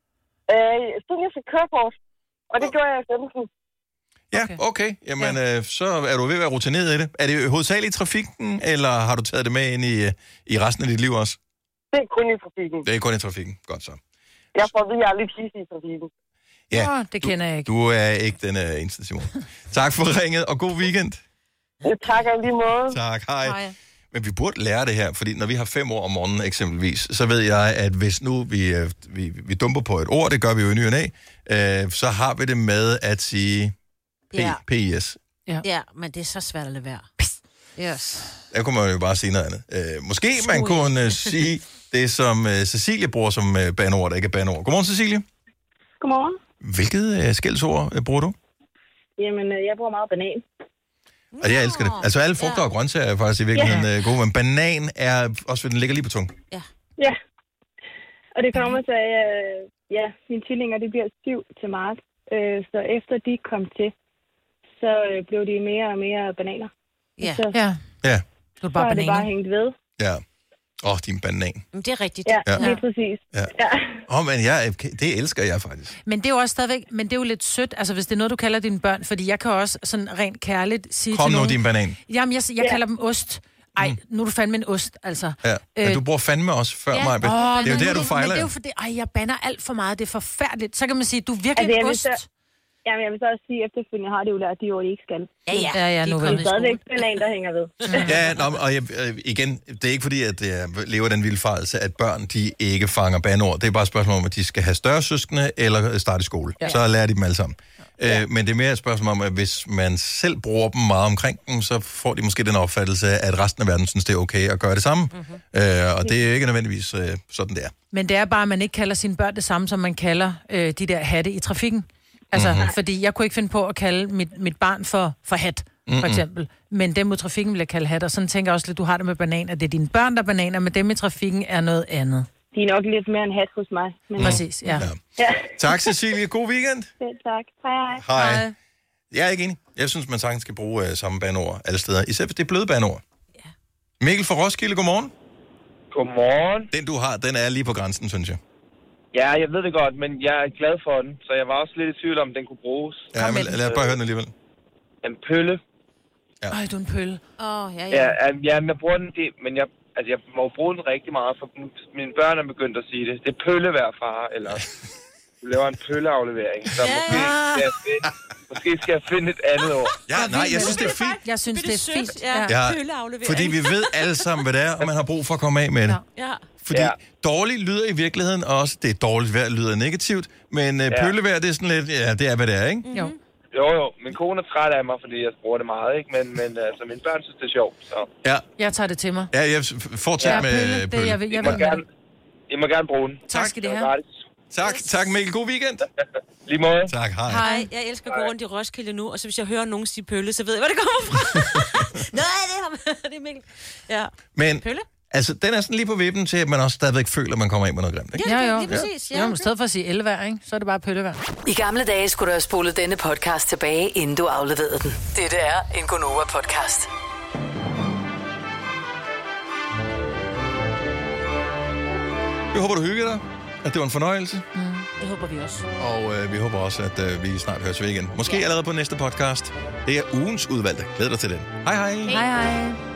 Øh, siden jeg fik kørekort, og det gjorde jeg i femten. Ja, okay. okay. Jamen, ja. Øh, så er du ved at være rutineret i det. Er det hovedsageligt i trafikken, eller har du taget det med ind i, i resten af dit liv også? Det er kun i trafikken. Det er kun i trafikken. Godt så. Jeg får at vide, at jeg er lidt hissig i trafikken. Ja, oh, det kender jeg ikke. Du er ikke den uh, eneste, Simon. Tak for ringet, og god weekend. Ja, tak af lige måde. Tak, hej. hej. Men vi burde lære det her, fordi når vi har fem år om morgenen eksempelvis, så ved jeg, at hvis nu vi, vi, vi dumper på et ord, det gør vi jo i ny og næ, øh, så har vi det med at sige P, ja. P I S. Ja. ja, men det er så svært at lade være. Yes. Der kunne man jo bare sige noget andet. Øh, måske Skole. man kunne uh, sige det, som uh, Cecilie bruger som uh, bandeord, der ikke er bandeord. Godmorgen, Cecilie. Godmorgen. Hvilket uh, skældsord uh, bruger du? Jamen, uh, jeg bruger meget banan. Og jeg elsker det. Altså alle frugter ja. og grøntsager er faktisk i virkeligheden ja. gode, men banan er også, fordi den ligger lige på tungen. Ja. Ja. Og det kommer til, at uh, ja, mine tvillinger, de bliver syv til marts. Uh, så efter de kom til, så uh, blev de mere og mere bananer. Ja. Så, ja. ja. Så er bare det bare hængt ved. Ja. Åh, oh, din banan. Det er rigtigt. Ja, ja. lige præcis. Ja. Åh, oh, men jeg, det elsker jeg faktisk. Men det er jo også stadigvæk, men det er jo lidt sødt, altså hvis det er noget, du kalder dine børn, fordi jeg kan også sådan rent kærligt sige Kom til nogen... Kom nu, din banan. Jamen, jeg, jeg ja. kalder dem ost. Ej, nu er du fandme en ost, altså. Ja, men du bruger fandme også før ja. mig. Oh, det er jo der, du fejler. Men det er jo fordi, ej, jeg banner alt for meget, det er forfærdeligt. Så kan man sige, du er virkelig altså, en ost. Så... Jamen, jeg vil så også sige, at efterfølgende har de jo lært de ord, de ikke skal. Ja, ja, ja, ja nu er det stadigvæk banan, der hænger ved. Ja, nå, og jeg, igen, det er ikke fordi, at jeg lever den vildfarelse, at børn, de ikke fanger bandeord. Det er bare et spørgsmål om, at de skal have større søskende eller starte i skole. Ja. Så lærer de dem alle sammen. Ja. Øh, men det er mere et spørgsmål om, at hvis man selv bruger dem meget omkring dem, så får de måske den opfattelse, at resten af verden synes, det er okay at gøre det samme. Mm-hmm. Øh, og det er ikke nødvendigvis øh, sådan, det er. Men det er bare, at man ikke kalder sine børn det samme, som man kalder øh, de der hatte i trafikken. Altså, mm-hmm. fordi jeg kunne ikke finde på at kalde mit, mit barn for, for hat, mm-hmm. for eksempel. Men dem mod trafikken vil jeg kalde hat, og sådan tænker jeg også lidt, du har det med bananer. Det er dine børn, der er bananer, men dem i trafikken er noget andet. De er nok lidt mere en hat hos mig. Men... Mm. Præcis, ja. ja. ja. Tak, Cecilie. God weekend. Ja, tak. Hej, hej. Hej. Hej. Jeg er ikke enig. Jeg synes, man sagtens skal bruge uh, samme bandeord alle steder. Især hvis det er bløde bandeord. Ja. Mikkel fra Roskilde, godmorgen. Godmorgen. Den, du har, den er lige på grænsen, synes jeg. Ja, jeg ved det godt, men jeg er glad for den, så jeg var også lidt i tvivl om, den kunne bruges. Ja, men lad os bare høre den alligevel. En pølle. Ja. Ej, du er en pølle. Åh, oh, ja, ja. Ja, ja, jeg bruger den, det, men jeg, altså, jeg må bruge den rigtig meget, for mine børn er begyndt at sige det. Det er pølle hver far, eller du laver en pølleaflevering. Så ja. måske, skal jeg finde, måske skal jeg finde et andet ord. Ja, nej, jeg synes, det er fint. Jeg synes, det er fint. Ja, ja. Pølleaflevering. Fordi vi ved alle sammen, hvad det er, og man har brug for at komme af med det. Ja. Fordi ja. dårligt lyder i virkeligheden også, det er dårligt vejr lyder negativt, men uh, ja. pøllevejr, det er sådan lidt, ja, det er, hvad det er, ikke? Mm-hmm. Jo. Jo, jo. Min kone er træt af mig, fordi jeg bruger det meget, ikke? Men, men altså, mine børn synes, det er sjovt, så... Ja. Jeg tager det til mig. Ja, jeg fortsætter ja, med pølle. Det, jeg vil, jeg I, må vil gerne, I må gerne bruge den. Tak skal det have. Tak, tak Mikkel. God weekend. Lige måde. Tak, hej. Hej, jeg elsker at gå rundt i Roskilde nu, og så hvis jeg hører nogen sige pølle, så ved jeg, hvor det kommer fra. Nå, det er ham. Det er Mikkel. Ja. Men, pølle? altså, den er sådan lige på vippen til, at man også stadigvæk føler, at man kommer ind med noget grimt, ikke? Ja, ja jo. Lige præcis. Ja, ja. Jo, i stedet for at sige elvejr, ikke? Så er det bare pøllevejr. I gamle dage skulle du have spolet denne podcast tilbage, inden du afleverede den. Dette er en Gonova-podcast. Jeg håber, du hyggede dig. At det var en fornøjelse. Mm, det håber vi også. Og øh, vi håber også, at øh, vi snart høres ved igen. Måske allerede på næste podcast. Det er ugens udvalgte. Glæder dig til den. Hej hej. Hej hej.